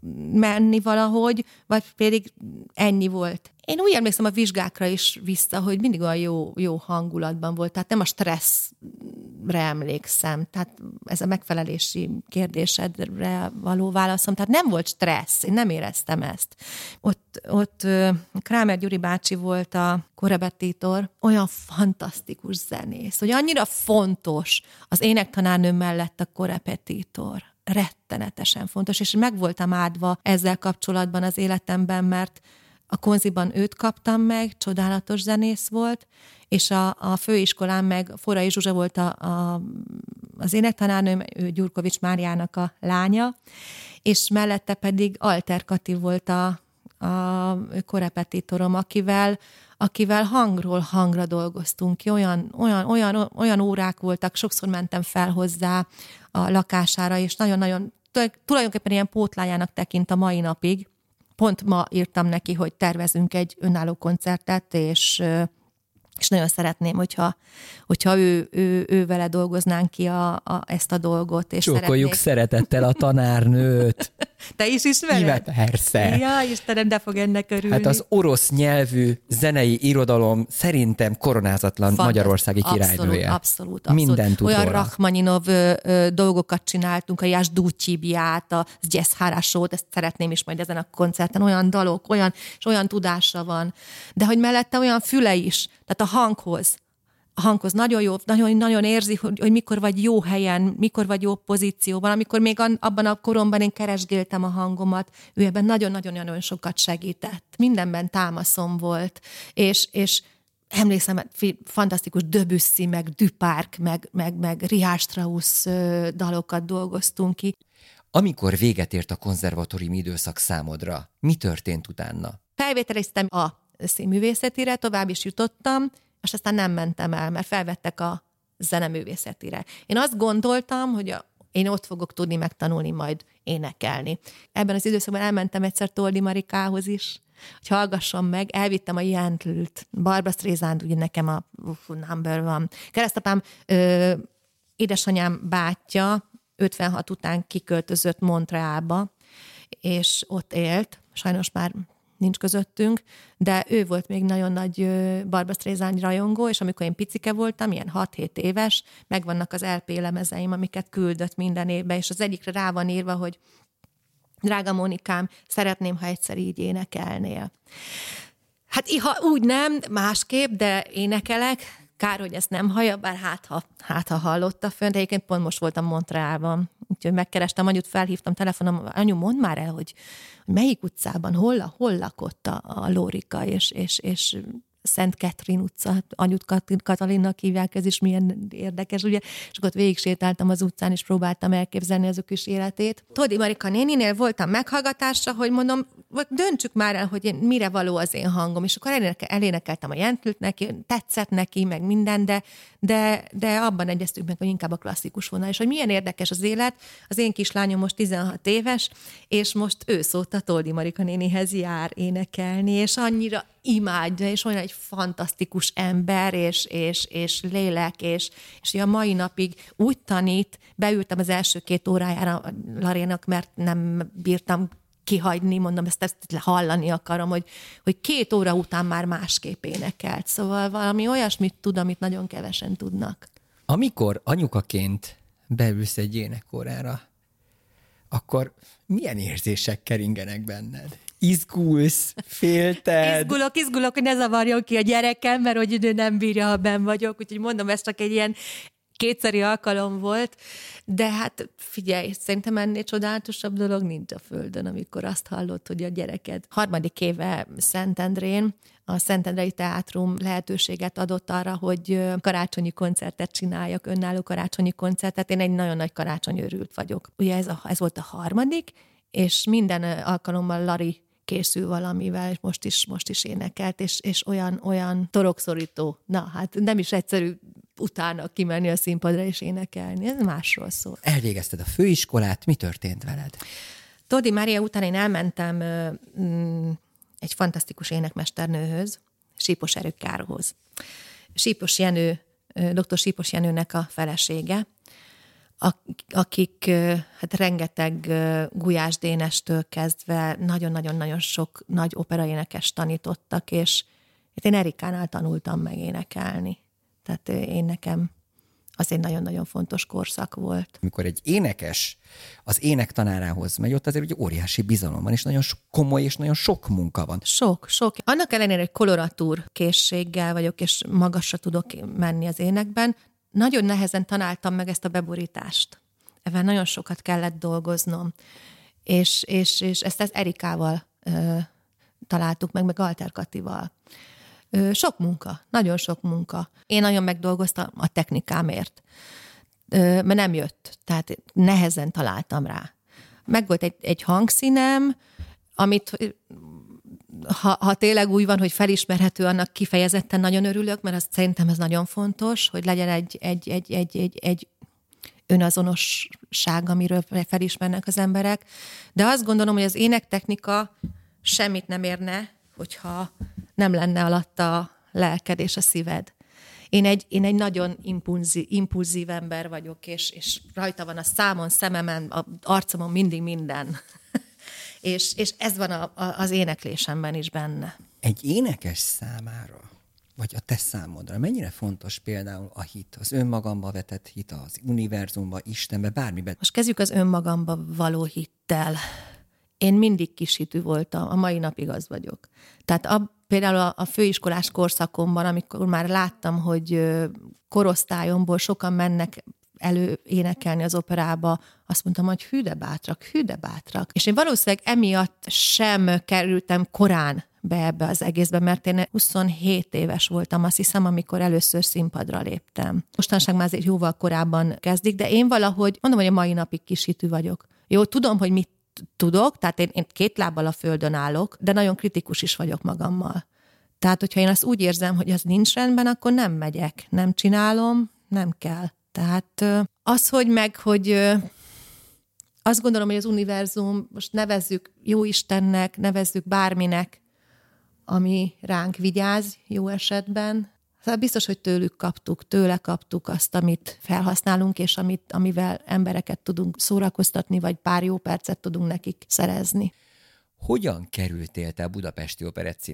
menni valahogy, vagy pedig ennyi volt. Én úgy emlékszem a vizsgákra is vissza, hogy mindig olyan jó, jó hangulatban volt, tehát nem a stresszre emlékszem, tehát ez a megfelelési kérdésedre való válaszom, tehát nem volt stressz, én nem éreztem ezt. Ott, ott Krámer Gyuri bácsi volt a korepetitor, olyan fantasztikus zenész, hogy annyira fontos az énektanárnő mellett a korepetitor. Rettenetesen fontos, és meg voltam áldva ezzel kapcsolatban az életemben, mert a konziban őt kaptam meg, csodálatos zenész volt, és a, a főiskolán meg Forrai Zsuzsa volt a, a, az énektanárnőm, ő Gyurkovics Máriának a lánya, és mellette pedig Alter Kati volt a, a korepetitorom, akivel akivel hangról hangra dolgoztunk ki, olyan, olyan, olyan, olyan órák voltak, sokszor mentem fel hozzá a lakására, és nagyon-nagyon, tulajdonképpen ilyen pótlájának tekint a mai napig. Pont ma írtam neki, hogy tervezünk egy önálló koncertet, és, és nagyon szeretném, hogyha, hogyha ő, ő, ő vele dolgoznánk ki a, a, ezt a dolgot. És csókoljuk szeretnék... szeretettel a tanárnőt. Te is ismered? Igen, persze. Ja, Istenem, de fog ennek örülni. Hát az orosz nyelvű zenei irodalom szerintem koronázatlan Fantaz... magyarországi királynője. Abszolút, abszolút. Minden tud olyan róla. Rachmaninov ö, ö, dolgokat csináltunk, a Jasdúcsibját, a Zgyeszhárásót, ezt szeretném is majd ezen a koncerten, olyan dalok, olyan, és olyan tudása van. De hogy mellette olyan füle is, tehát a hanghoz, a hanghoz nagyon jó, nagyon, nagyon érzi, hogy, hogy mikor vagy jó helyen, mikor vagy jó pozícióban, amikor még abban a koromban én keresgéltem a hangomat, ő ebben nagyon-nagyon sokat segített. Mindenben támaszom volt, és, és emlékszem, fantasztikus Debussy, meg Duparc, meg, meg, meg Richard Strauss dalokat dolgoztunk ki. Amikor véget ért a konzervatóriumi időszak számodra, mi történt utána? Felvételiztem a színművészetire, tovább is jutottam, és aztán nem mentem el, mert felvettek a zeneművészetire. Én azt gondoltam, hogy a, én ott fogok tudni megtanulni majd énekelni. Ebben az időszakban elmentem egyszer Toldi Marikához is, hogy hallgassam meg, elvittem a Jentült, Barbra Streisand, ugye nekem a uh, number van. Keresztapám, ö, édesanyám bátyja ötvenhat után kiköltözött Montrealba, és ott élt, sajnos már nincs közöttünk, de ő volt még nagyon nagy Barbra Streisand rajongó, és amikor én picike voltam, ilyen hat-hét éves, megvannak az el pé lemezeim, amiket küldött minden évben, és az egyikre rá van írva, hogy drága Mónikám, szeretném, ha egyszer így énekelnél. Hát ha úgy nem, másképp, de énekelek. Kár, hogy ezt nem hallja, bár hát ha, hát, ha hallotta fönn, de egyébként pont most voltam Montrealban. Úgyhogy megkerestem anyut, felhívtam telefonom, anyu, mondd már el, hogy, hogy melyik utcában, hol, hol lakott a, a Lórika, és, és, és Szent Catherine utca, anyut Katalinnak hívják, ez is milyen érdekes, ugye? És akkor ott végig sétáltam az utcán, és próbáltam elképzelni az ő kis életét. Tódi Marika néninél voltam meghallgatásra, hogy mondom, döntsük már el, hogy én, mire való az én hangom, és akkor elénekeltem a Jentült neki, tetszett neki, meg minden, de, de, de abban egyeztük meg, hogy inkább a klasszikus vonal, és hogy milyen érdekes az élet. Az én kislányom most tizenhat éves, és most ő szóta Tódi Marika nénihez jár énekelni, és annyira imádja, és olyan egy fantasztikus ember, és, és, és lélek, és, és a mai napig úgy tanít, beültem az első két órájára Larénak, mert nem bírtam kihagyni, mondom, ezt, ezt hallani akarom, hogy, hogy két óra után már másképp énekelt. Szóval valami olyasmit tud, amit nagyon kevesen tudnak. Amikor anyukaként beülsz egy énekórára, akkor milyen érzések keringenek benned? Izgulsz, félted? Izgulok, izgulok, hogy ne zavarjon ki a gyerekem, mert hogy ő nem bírja, ha benn vagyok. Úgyhogy mondom, ez csak egy ilyen kétszeri alkalom volt, de hát figyelj, szerintem ennél csodálatosabb dolog nincs a földön, amikor azt hallod, hogy a gyereked harmadik éve Szentendrén, a Szentendrei Teátrum lehetőséget adott arra, hogy karácsonyi koncertet csináljak, önálló karácsonyi koncertet. Én egy nagyon nagy karácsonyőrült vagyok. Ugye ez, a, ez volt a harmadik, és minden alkalommal Lari készül valamivel, és most is, most is énekelt, és, és olyan, olyan torokszorító. Na, hát nem is egyszerű utána kimenni a színpadra és énekelni. Ez másról szól. Elvégezted a főiskolát, mi történt veled? Tódi Mária után én elmentem mm, egy fantasztikus énekmesternőhöz, Sípos Erők Károlyhoz. Sípos Jenő, dr. Sípos Jenőnek a felesége, akik hát rengeteg Gulyás Dénestől kezdve nagyon-nagyon-nagyon sok nagy operaénekes tanítottak, és én Erikánál tanultam meg énekelni. Tehát én nekem az egy nagyon-nagyon fontos korszak volt. Amikor egy énekes az énektanárához megy, ott azért egy óriási bizalom van, és nagyon sok, komoly és nagyon sok munka van. Sok, sok. Annak ellenére, hogy koloratúr készséggel vagyok, és magasra tudok menni az énekben, nagyon nehezen találtam meg ezt a beborítást. Ebben nagyon sokat kellett dolgoznom. És, és, és ezt az Erikával ö, találtuk meg, meg Alter Katival. Ö, sok munka, nagyon sok munka. Én nagyon megdolgoztam a technikámért, ö, mert nem jött. Tehát nehezen találtam rá. Megvolt egy, egy hangszínem, amit... Ha, ha tényleg úgy van, hogy felismerhető, annak kifejezetten nagyon örülök, mert azt szerintem ez nagyon fontos, hogy legyen egy, egy, egy, egy, egy, egy önazonosság, amiről felismernek az emberek. De azt gondolom, hogy az énektechnika semmit nem érne, hogyha nem lenne alatta a lelked és a szíved. Én egy, én egy nagyon impulzív, impulzív ember vagyok, és, és rajta van a számon, szememen, a arcomon mindig minden. És, és ez van a, a, az éneklésemben is benne. Egy énekes számára, vagy a te számodra, mennyire fontos például a hit, az önmagamba vetett hit, az univerzumba, Istenbe, bármiben? Most kezdjük az önmagamba való hittel. Én mindig kis hitű voltam, a mai napig az vagyok. Tehát a, például a, a főiskolás korszakomban, amikor már láttam, hogy korosztályomból sokan mennek elő énekelni az operába, azt mondtam, hogy hű de bátrak, hű de bátrak. És én valószínűleg emiatt sem kerültem korán be ebbe az egészbe, mert én huszonhét éves voltam, azt hiszem, amikor először színpadra léptem. Mostanság már azért jóval korábban kezdik, de én valahogy, mondom, hogy a mai napig kis hitű vagyok. Jó, tudom, hogy mit tudok, tehát én, én két lábbal a földön állok, de nagyon kritikus is vagyok magammal. Tehát, hogyha én azt úgy érzem, hogy az nincs rendben, akkor nem megyek, nem csinálom, nem kell. Tehát az, hogy meg, hogy azt gondolom, hogy az univerzum, most nevezzük Jóistennek, nevezzük bárminek, ami ránk vigyáz jó esetben. Szóval biztos, hogy tőlük kaptuk, tőle kaptuk azt, amit felhasználunk, és amit, amivel embereket tudunk szórakoztatni, vagy pár jó percet tudunk nekik szerezni. Hogyan kerültél te a Budapesti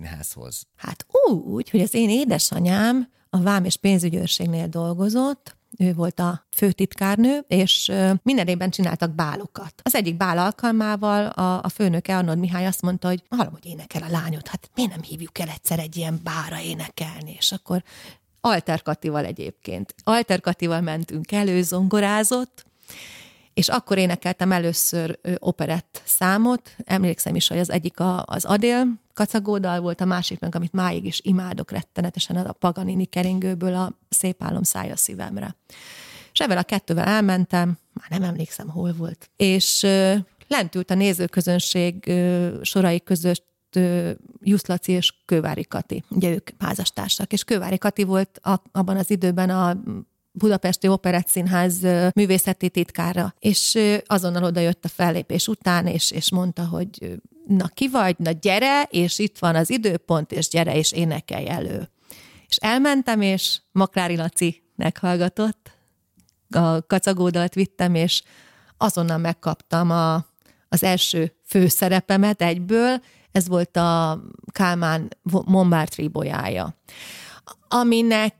Operettszínházhoz? Hát úgy, hogy az én édesanyám a vám és pénzügyőrségnél dolgozott, ő volt a főtitkárnő, és minden évben csináltak bálokat. Az egyik bál alkalmával a, a főnöke, Arnold Mihály azt mondta, hogy hallom, hogy énekel a lányot, hát miért nem hívjuk el egyszer egy ilyen bálra énekelni, és akkor Alter Katival egyébként. Alter Katival mentünk elő, zongorázott, és akkor énekeltem először operett számot. Emlékszem is, hogy az egyik a, az Adél kacagódal volt, a másik meg, amit máig is imádok rettenetesen, a Paganini keringőből a Szép álom száll a szívemre. És ebben a kettővel elmentem, már nem emlékszem, hol volt. És uh, lent ült a nézőközönség uh, sorai között uh, Jusz Laci és Kővári Kati. Ugye ők házastársak, és Kővári Kati volt a, abban az időben a Budapesti Operettszínház művészeti titkára, és azonnal oda jött a fellépés után, és, és mondta, hogy na ki vagy, na gyere, és itt van az időpont, és gyere, és énekelj elő. És elmentem, és Maklári Laci meghallgatott, a kacagódalt vittem, és azonnal megkaptam a, az első főszerepemet egyből, ez volt a Kálmán Montmartre bolyája, aminek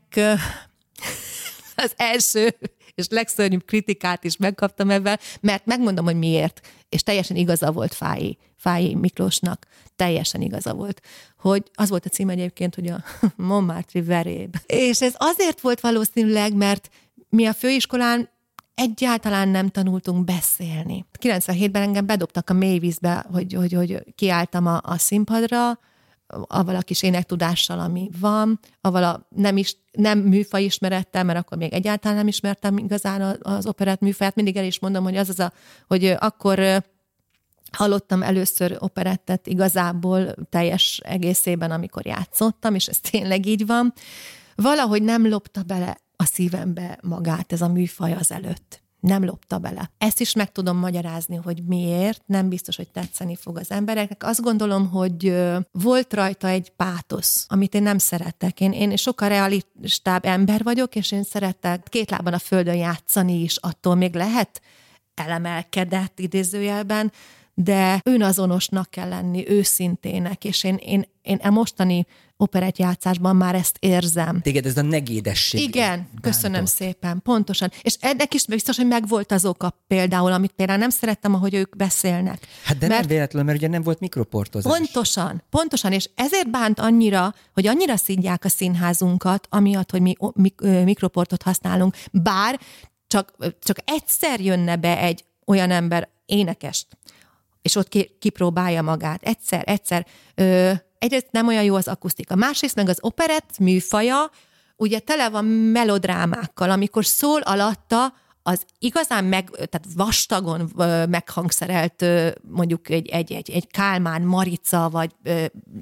az első és legszörnyűbb kritikát is megkaptam ebben, mert megmondom, hogy miért, és teljesen igaza volt Fáy, Fáy Miklósnak, teljesen igaza volt, hogy az volt a cím egyébként, hogy a Montmartre veréb. És ez azért volt valószínűleg, mert mi a főiskolán egyáltalán nem tanultunk beszélni. kilencvenhétben engem bedobtak a mélyvízbe, hogy, hogy, hogy kiálltam a, a színpadra, avval a kis énektudással, ami van, avval a nem, is, nem műfajismerettel, mert akkor még egyáltalán nem ismertem igazán az operett műfaját. Mindig el is mondom, hogy az az a, hogy akkor hallottam először operettet igazából teljes egészében, amikor játszottam, és ez tényleg így van. Valahogy nem lopta bele a szívembe magát ez a műfaj azelőtt. Nem lopta bele. Ezt is meg tudom magyarázni, hogy miért, nem biztos, hogy tetszeni fog az embereknek. Azt gondolom, hogy volt rajta egy pátosz, amit én nem szeretek. Én, én sokkal realistább ember vagyok, és én szeretek két lábon a földön játszani is, attól még lehet elemelkedett idézőjelben, de önazonosnak kell lenni, őszintének, és én, én, én a mostani operettjátszásban már ezt érzem. Téged ez a negédesség. Igen, bántott. Köszönöm szépen, pontosan. És ennek is biztos, hogy megvolt az oka például, amit például nem szerettem, ahogy ők beszélnek. Hát de mert, nem véletlenül, mert ugye nem volt mikroportozás. Pontosan, pontosan, és ezért bánt annyira, hogy annyira szidják a színházunkat, amiatt, hogy mi mik, mikroportot használunk, bár csak, csak egyszer jönne be egy olyan ember énekest, és ott ki, kipróbálja magát. Egyszer, egyszer. Ö, egyrészt nem olyan jó az akusztika. Másrészt meg az operett műfaja, ugye tele van melodrámákkal, amikor szól alatta az igazán meg, tehát vastagon ö, meghangszerelt ö, mondjuk egy, egy, egy, egy Kálmán Marica, vagy ö,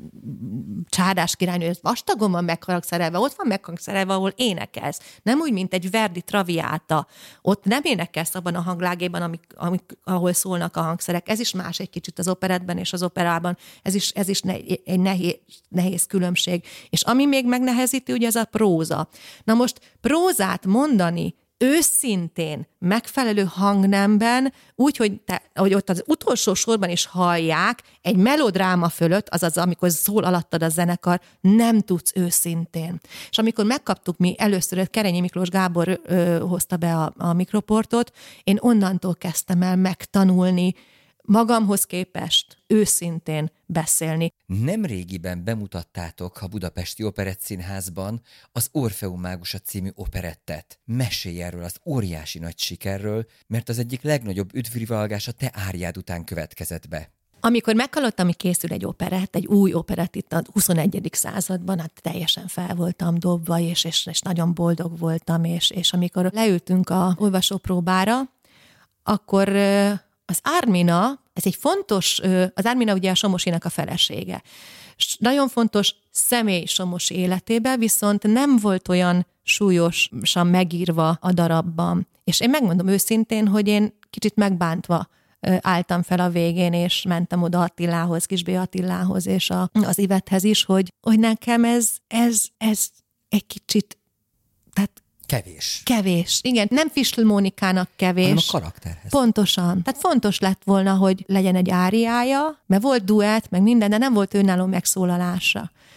Csárdás királynő, ez vastagon van meghangszerelve, ott van meghangszerelve, ahol énekelsz. Nem úgy, mint egy Verdi Traviata. Ott nem énekelsz abban a hanglágében, amik, amik, ahol szólnak a hangszerek. Ez is más egy kicsit az operettben és az operában. Ez is, ez is ne, egy nehéz, nehéz különbség. És ami még megnehezíti, ugye ez a próza. Na most prózát mondani őszintén, megfelelő hangnemben, úgy, hogy, te, hogy ott az utolsó sorban is hallják, egy melodráma fölött, azaz amikor szól alattad a zenekar, nem tudsz őszintén. És amikor megkaptuk mi először, Kerényi Miklós Gábor ö, hozta be a, a mikroportot, én onnantól kezdtem el megtanulni, magamhoz képest őszintén beszélni. Nemrégiben bemutattátok a Budapesti Operettszínházban az Orfeum Mágusa című operettet. Mesélj erről az óriási nagy sikerről, mert az egyik legnagyobb üdvrivalgás a te árjád után következett be. Amikor meghallottam, hogy készül egy operett, egy új operett itt a huszonegyedik században, hát teljesen fel voltam dobva, és, és, és nagyon boldog voltam, és, és amikor leültünk a olvasópróbára, akkor az Ármina, ez egy fontos, az Ármina ugye a Somosinak a felesége. Nagyon fontos személy Somosi életében, viszont nem volt olyan súlyosan megírva a darabban. És én megmondom őszintén, hogy én kicsit megbántva álltam fel a végén, és mentem oda Attilához, Kisbé Attilához, és a, az Ivethez is, hogy, hogy nekem ez, ez, ez egy kicsit, tehát Kevés. Kevés, igen. Nem Fisl Mónikának kevés. Hanem a karakterhez. Pontosan. Tehát fontos lett volna, hogy legyen egy áriája, mert volt duett, meg minden, de nem volt önálló megszólalása.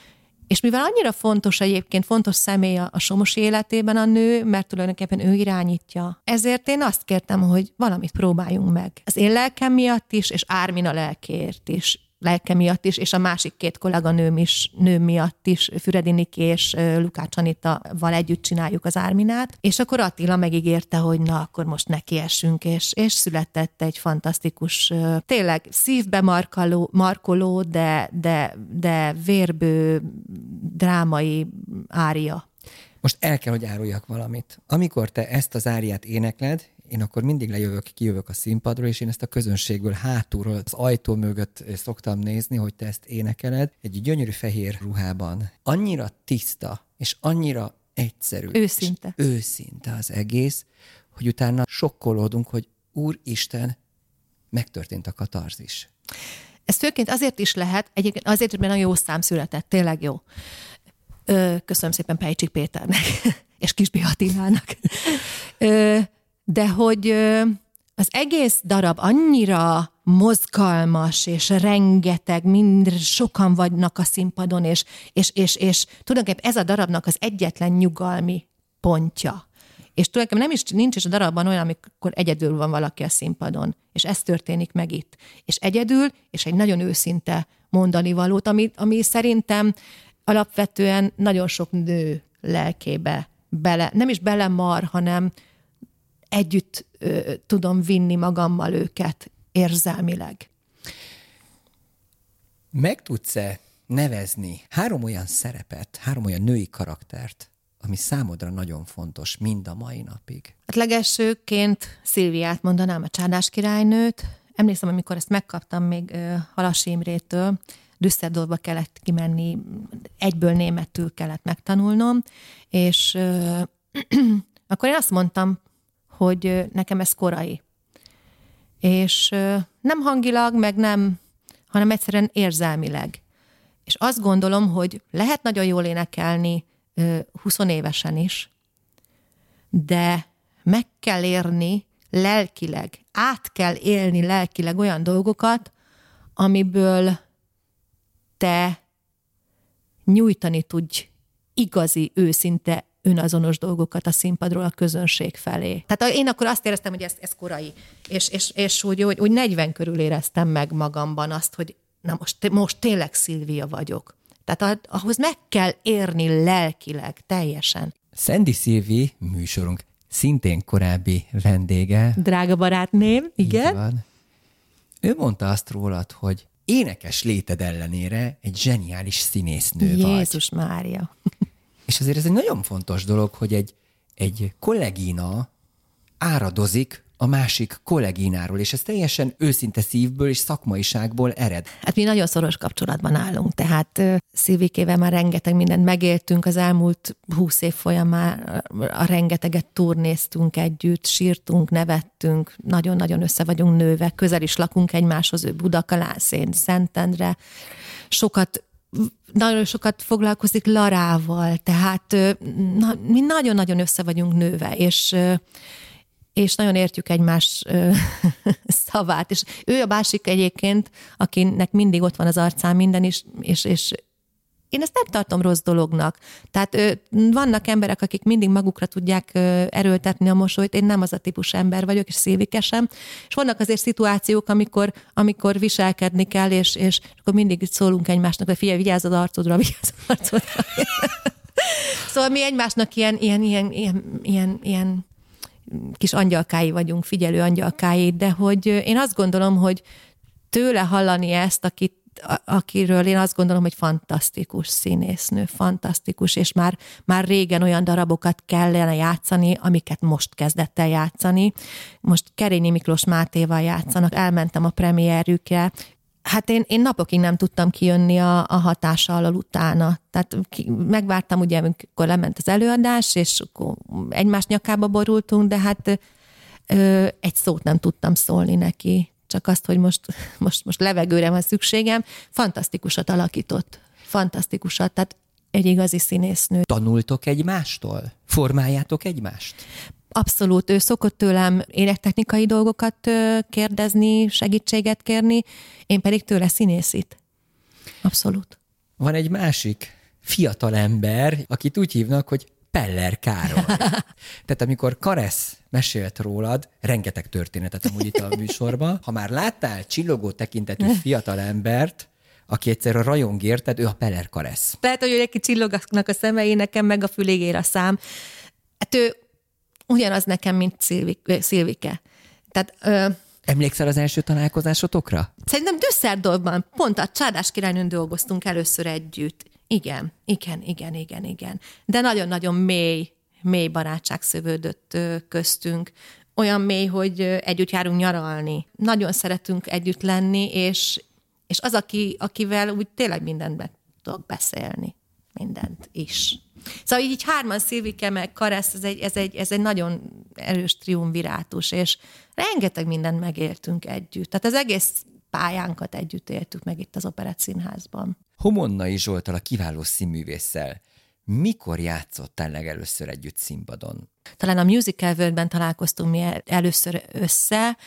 És mivel annyira fontos egyébként, fontos személy a, a Somosi életében a nő, mert tulajdonképpen ő irányítja. Ezért én azt kértem, hogy valamit próbáljunk meg. Az én lelkem miatt is, és Ármina lelkéért is. lelke miatt is, és a másik két kolléganőm is, nő miatt is, Füredi Niki és Lukács Anitával együtt csináljuk az Árminát, és akkor Attila megígérte, hogy na, akkor most nekiessünk, és, és született egy fantasztikus, tényleg szívbe markoló, markoló de, de, de vérbő, drámai ária. Most el kell, hogy áruljak valamit. Amikor te ezt az áriát énekled, én akkor mindig lejövök, kijövök a színpadról, és én ezt a közönségből hátulról, az ajtó mögött szoktam nézni, hogy te ezt énekeled, egy gyönyörű fehér ruhában. Annyira tiszta, és annyira egyszerű. Őszinte. Őszinte az egész, hogy utána sokkolódunk, hogy Úristen, megtörtént a katarzis. Ez főként azért is lehet, egyébként azért, mert nagyon jó szám született, tényleg jó. Köszönöm szépen Pejcsik Péternek, és Kisbé Attilának. De hogy az egész darab annyira mozgalmas, és rengeteg, mind sokan vagynak a színpadon, és, és, és, és tulajdonképpen ez a darabnak az egyetlen nyugalmi pontja. És tulajdonképpen nem is, nincs is a darabban olyan, amikor egyedül van valaki a színpadon, és ez történik meg itt. És egyedül, és egy nagyon őszinte mondani valót, ami, ami szerintem alapvetően nagyon sok nő lelkébe bele, nem is belemar, hanem együtt ö, tudom vinni magammal őket érzelmileg. Meg tudsz-e nevezni három olyan szerepet, három olyan női karaktert, ami számodra nagyon fontos mind a mai napig? Hát legelsőként Szilviát mondanám, a Csárdás királynőt. Emlékszem, amikor ezt megkaptam még ö, Halassi Imrétől, Düsseldorfba kellett kimenni, egyből németül kellett megtanulnom, és ö, akkor én azt mondtam, hogy nekem ez korai. És nem hangilag, meg nem, hanem egyszerűen érzelmileg. És azt gondolom, hogy lehet nagyon jól énekelni huszonévesen is, de meg kell érni lelkileg, át kell élni lelkileg olyan dolgokat, amiből te nyújtani tudj igazi, őszinte, önazonos dolgokat a színpadról a közönség felé. Tehát én akkor azt éreztem, hogy ez, ez korai. És, és, és úgy, úgy, úgy negyven körül éreztem meg magamban azt, hogy na most, most tényleg Szilvia vagyok. Tehát ahhoz meg kell érni lelkileg, teljesen. Szendi Szilvi, műsorunk szintén korábbi vendége. Drága barátném, igen. Van. Ő mondta azt rólad, hogy énekes léted ellenére egy zseniális színésznő Jézus vagy. Jézus Mária. És azért ez egy nagyon fontos dolog, hogy egy, egy kollégina áradozik a másik kollégináról, és ez teljesen őszinte szívből és szakmaiságból ered. Hát mi nagyon szoros kapcsolatban állunk, tehát Szilvikével már rengeteg mindent megéltünk az elmúlt húsz év folyamán, a rengeteget turnéztunk együtt, sírtunk, nevettünk, nagyon-nagyon össze vagyunk nőve, közel is lakunk egymáshoz, ő Budakalász, én Szentendre, sokat nagyon sokat foglalkozik Larával, tehát na, mi nagyon-nagyon össze vagyunk nőve, és, és nagyon értjük egymás szavát. És ő a másik egyébként, akinek mindig ott van az arcán minden is, és, és én ezt nem tartom rossz dolognak. Tehát vannak emberek, akik mindig magukra tudják erőltetni a mosolyt, én nem az a típus ember vagyok, és Szilvike sem. És vannak azért szituációk, amikor, amikor viselkedni kell, és, és akkor mindig szólunk egymásnak, hogy figyelj, vigyázz az arcodra, vigyázz az arcodra. Szóval mi egymásnak ilyen, ilyen, ilyen, ilyen, ilyen, ilyen kis angyalkái vagyunk, figyelő angyalkái, de hogy én azt gondolom, hogy tőle hallani ezt, akit akiről én azt gondolom, hogy fantasztikus színésznő, fantasztikus, és már, már régen olyan darabokat kellene játszani, amiket most kezdett el játszani. Most Kerényi Miklós Mátéval játszanak, elmentem a premierjükre. Hát én, én napokig nem tudtam kijönni a, a hatása alól utána. Tehát ki, megvártam, ugye, amikor lement az előadás, és akkor egymás nyakába borultunk, de hát ö, egy szót nem tudtam szólni neki. Csak azt, hogy most, most, most levegőre van szükségem, fantasztikusat alakított. Fantasztikusat, tehát egy igazi színésznő. Tanultok egymástól? Formáljátok egymást? Abszolút. Ő szokott tőlem énektechnikai dolgokat kérdezni, segítséget kérni, én pedig tőle színészit. Abszolút. Van egy másik fiatal ember, akit úgy hívnak, hogy Peller Károly. Tehát amikor Karesz mesélt rólad, rengeteg történetet amúgy itt a műsorban, ha már láttál csillogó tekintetű fiatal embert, aki egyszerűen rajong érted, ő a Peller Karesz. Lehet, hogy neki csillognak a szemei, nekem meg a fülig ér a szám. Hát ő ugyanaz nekem, mint Szilvike. Tehát... Ö, Emlékszel az első találkozásotokra? Szerintem Düsseldorfban pont a Csárdás királynőn dolgoztunk először együtt. Igen, igen, igen, igen, igen. De nagyon-nagyon mély, mély barátság szövődött köztünk. Olyan mély, hogy együtt járunk nyaralni. Nagyon szeretünk együtt lenni, és, és az, aki, akivel úgy tényleg mindent be tudok beszélni. Mindent is. Szóval így hárman, Szilvike meg Karesz, ez egy, ez, egy, ez egy nagyon erős triumvirátus, és rengeteg mindent megéltünk együtt. Tehát az egész pályánkat együtt éltük meg itt az Operett Színházban. Homonnai Zsolttal, a kiváló színművésszel mikor játszottál legelőször együtt színpadon? Talán a Musical Worldben találkoztunk mi először össze,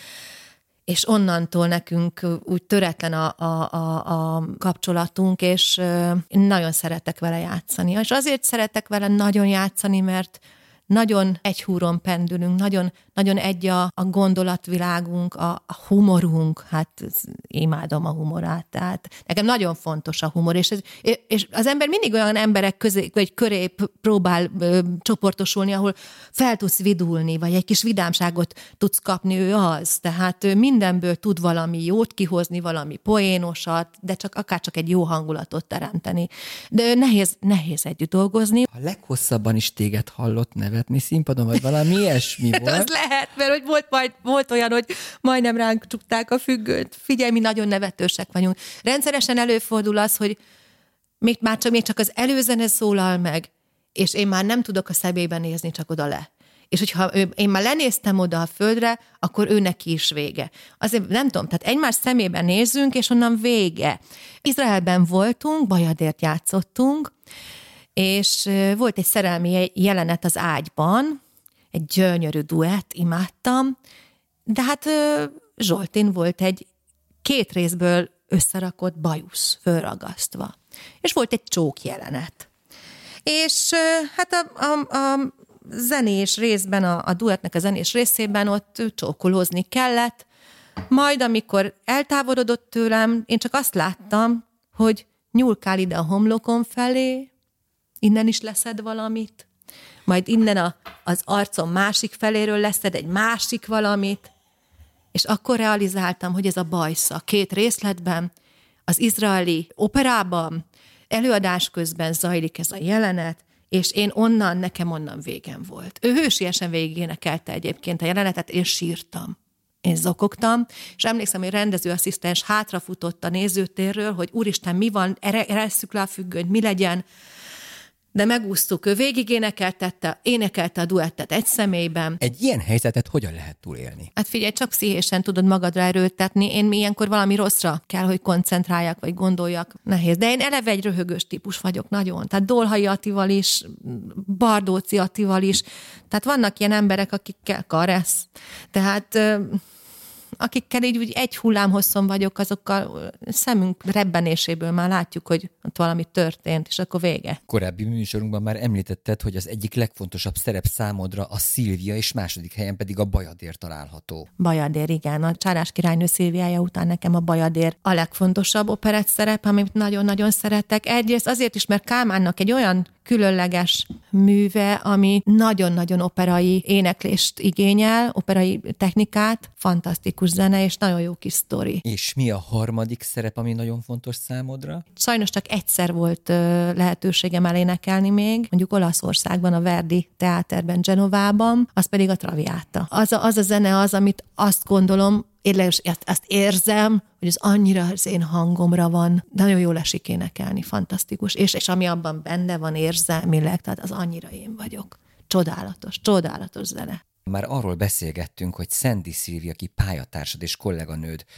és onnantól nekünk úgy töretlen a, a, a, a kapcsolatunk, és én nagyon szeretek vele játszani. És azért szeretek vele nagyon játszani, mert nagyon egy húron pendülünk, nagyon, nagyon egy a, a gondolatvilágunk, a, a humorunk, hát imádom a humorát, tehát nekem nagyon fontos a humor, és, ez, és az ember mindig olyan emberek közé, vagy köré próbál ö, csoportosulni, ahol fel tudsz vidulni, vagy egy kis vidámságot tudsz kapni, ő az, tehát ő mindenből tud valami jót kihozni, valami poénosat, de csak akár csak egy jó hangulatot teremteni. De nehéz, nehéz együtt dolgozni. A leghosszabban is téged hallott nevetni színpadon, vagy valami ilyesmi volt? Az lehet, mert hogy volt, majd, volt olyan, hogy majdnem ránk csukták a függönyt. Figyelj, mi nagyon nevetősek vagyunk. Rendszeresen előfordul az, hogy még, már csak, még csak az előzene szólal meg, és én már nem tudok a szemébe nézni, csak oda le. És hogyha ő, én már lenéztem oda a földre, akkor ő neki is vége. Azért nem tudom, tehát egymás szemébe nézzünk, és onnan vége. Izraelben voltunk, Bajadért játszottunk, és volt egy szerelmi jelenet az ágyban, egy gyönyörű duett, imádtam, de hát Zsoltin volt egy két részből összerakott bajusz fölragasztva. És volt egy csók jelenet. És hát a, a, a zenés részben, a, a duettnek a zenés részében ott csókolózni kellett, majd amikor eltávolodott tőlem, én csak azt láttam, hogy nyúlkál ide a homlokom felé, innen is leszed valamit, majd innen a, az arcom másik feléről leszed egy másik valamit, és akkor realizáltam, hogy ez a bajsza két részletben, az izraeli operában, előadás közben zajlik ez a jelenet, és én onnan, nekem onnan végem volt. Ő hősiesen végigénekelte egyébként a jelenetet, én sírtam. Én zokogtam, és emlékszem, hogy rendezőasszisztens hátrafutott a nézőtérről, hogy úristen, mi van, eresszük le a függönyt, mi legyen, de megúsztuk, ő végig énekeltette, énekelte a duettet egy személyben. Egy ilyen helyzetet hogyan lehet túlélni? Hát figyelj, csak pszichésen tudod magadra erőltetni, én ilyenkor valami rosszra kell, hogy koncentráljak, vagy gondoljak, nehéz. De én eleve egy röhögős típus vagyok nagyon. Tehát Dolhai Attival is, Bardóci Attival is. Tehát vannak ilyen emberek, akikkel Karesz. Tehát... akikkel így úgy egy hullámhosszon vagyok, azokkal szemünk rebbenéséből már látjuk, hogy ott valami történt, és akkor vége. Korábbi műsorunkban már említetted, hogy az egyik legfontosabb szerep számodra a Szilvia, és második helyen pedig a Bajadér található. Bajadér, igen. A Csárás királynő Szilviája után nekem a Bajadér a legfontosabb operett szerep, amit nagyon-nagyon szeretek. Egyrészt azért is, mert Kálmánnak egy olyan különleges műve, ami nagyon-nagyon operai éneklést igényel, operai technikát, fantasztikus zene, és nagyon jó kis sztori. És mi a harmadik szerep, ami nagyon fontos számodra? Sajnos csak egyszer volt lehetőségem elénekelni még, mondjuk Olaszországban, a Verdi teáterben, Genovában, az pedig a Traviata. Az a, az a zene az, amit azt gondolom, én azt érzem, hogy az annyira az én hangomra van, nagyon jól esik énekelni, fantasztikus. És, és ami abban benne van érzelmileg, tehát az annyira én vagyok. Csodálatos, csodálatos zene. Már arról beszélgettünk, hogy Szendi Szilvia, aki pályatársad és kolléganőd,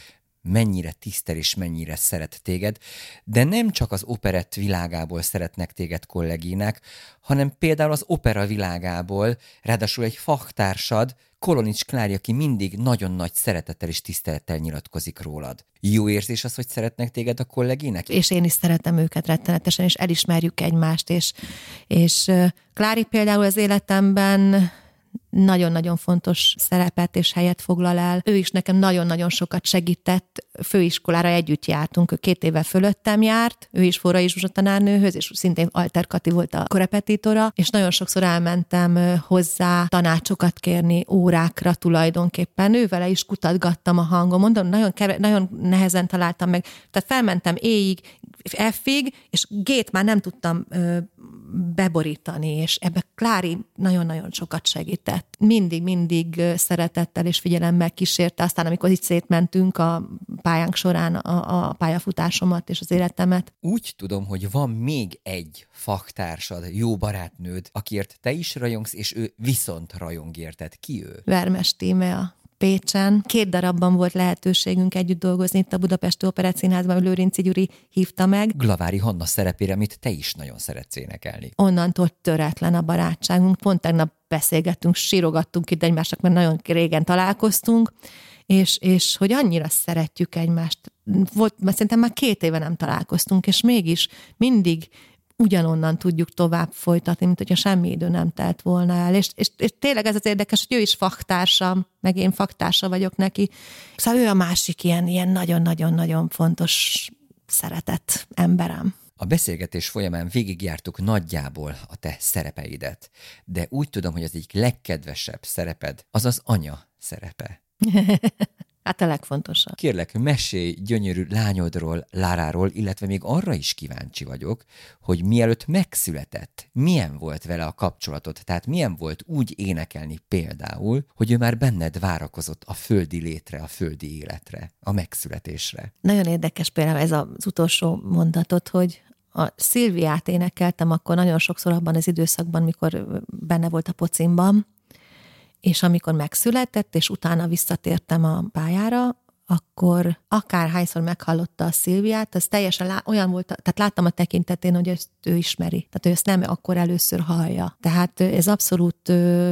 mennyire tisztel és mennyire szeret téged, de nem csak az operett világából szeretnek téged kollegének, hanem például az opera világából, ráadásul egy fachtársad, Kolonics Klári, aki mindig nagyon nagy szeretettel és tisztelettel nyilatkozik rólad. Jó érzés az, hogy szeretnek téged a kollégének? És én is szeretem őket rettenetesen, és elismerjük egymást, és, és Klári például az életemben nagyon-nagyon fontos szerepet és helyet foglal el. Ő is nekem nagyon-nagyon sokat segített. Főiskolára együtt jártunk, ő két évvel fölöttem járt, ő is Forrai Zsuzsa tanárnőhöz, és szintén Alter Kati volt a korepetitora, és nagyon sokszor elmentem hozzá tanácsokat kérni órákra tulajdonképpen. Ővele is kutatgattam a hangom, mondom, nagyon, keve- nagyon nehezen találtam meg. Tehát felmentem éjig, F-ig, és G-t már nem tudtam ö, beborítani, és ebbe Klári nagyon-nagyon sokat segített. Mindig-mindig szeretettel és figyelemmel kísérte, aztán amikor itt szétmentünk a pályánk során a, a pályafutásomat és az életemet. Úgy tudom, hogy van még egy fachtársad, jó barátnőd, akiért te is rajongsz, és ő viszont rajong érted. Ki ő? Vermes Tímea. Pécsen. Két darabban volt lehetőségünk együtt dolgozni itt a Budapesti Operettszínházban, Lőrinci Gyuri hívta meg. Glavári Hanna szerepére, amit te is nagyon szeretsz énekelni. Onnantól töretlen a barátságunk. Pont tegnap beszélgettünk, sírogattunk itt egymásnak, mert nagyon régen találkoztunk, és, és hogy annyira szeretjük egymást. Volt, mert szerintem már két éve nem találkoztunk, és mégis mindig ugyanonnan tudjuk tovább folytatni, mint hogyha semmi idő nem telt volna el. És, és, és tényleg ez az érdekes, hogy ő is faktársam, meg én faktársa vagyok neki. Szóval ő a másik ilyen, ilyen nagyon-nagyon-nagyon fontos szeretett emberem. A beszélgetés folyamán végigjártuk nagyjából a te szerepeidet, de úgy tudom, hogy az egyik legkedvesebb szereped az az anya szerepe. Hát a legfontosabb. Kérlek, mesélj gyönyörű lányodról, Láráról, illetve még arra is kíváncsi vagyok, hogy mielőtt megszületett, milyen volt vele a kapcsolatod? Tehát milyen volt úgy énekelni például, hogy ő már benned várakozott a földi létre, a földi életre, a megszületésre? Nagyon érdekes például ez az utolsó mondatot, hogy a Szilviát énekeltem akkor nagyon sokszor abban az időszakban, mikor benne volt a Pocimban, és amikor megszületett, és utána visszatértem a pályára, akkor akárhányszor meghallotta a Szilviát, az teljesen lá- olyan volt, tehát láttam a tekintetén, hogy ezt ő ismeri. Tehát ő ezt nem akkor először hallja. Tehát ez abszolút,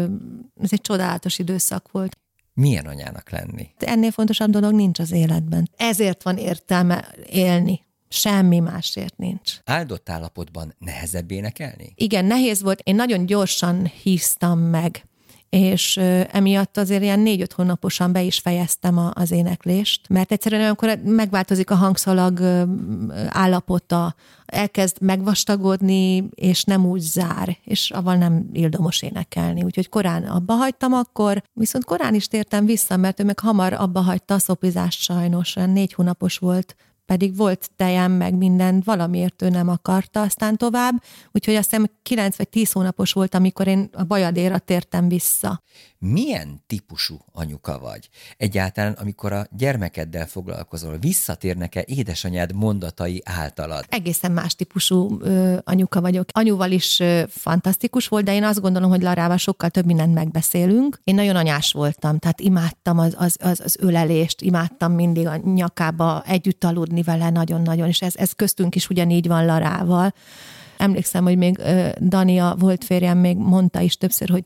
ez egy csodálatos időszak volt. Milyen anyának lenni? Ennél fontosabb dolog nincs az életben. Ezért van értelme élni. Semmi másért nincs. Áldott állapotban nehezebb énekelni? Igen, nehéz volt. Én nagyon gyorsan híztam meg, és emiatt azért ilyen négy-öt hónaposan be is fejeztem a, az éneklést, mert egyszerűen olyankor megváltozik a hangszalag állapota, elkezd megvastagodni, és nem úgy zár, és avval nem ildomos énekelni. Úgyhogy korán abba hagytam akkor, viszont korán is tértem vissza, mert ő meg hamar abba hagyta a szopizást sajnos, olyan négy hónapos volt, pedig volt tejem, meg minden, valamiért ő nem akarta, aztán tovább, úgyhogy azt hiszem kilenc vagy tíz hónapos volt, amikor én a Bajadéra tértem vissza. Milyen típusú anyuka vagy? Egyáltalán, amikor a gyermekeddel foglalkozol, visszatérnek-e édesanyád mondatai általad? Egészen más típusú ö, anyuka vagyok. Anyuval is ö, fantasztikus volt, de én azt gondolom, hogy Larával sokkal több mindent megbeszélünk. Én nagyon anyás voltam, tehát imádtam az, az, az, az ölelést, imádtam mindig a nyakába együtt aludni vele nagyon-nagyon, és ez, ez köztünk is ugyanígy van Larával. Emlékszem, hogy még ö, Dania volt férjem, még mondta is többször, hogy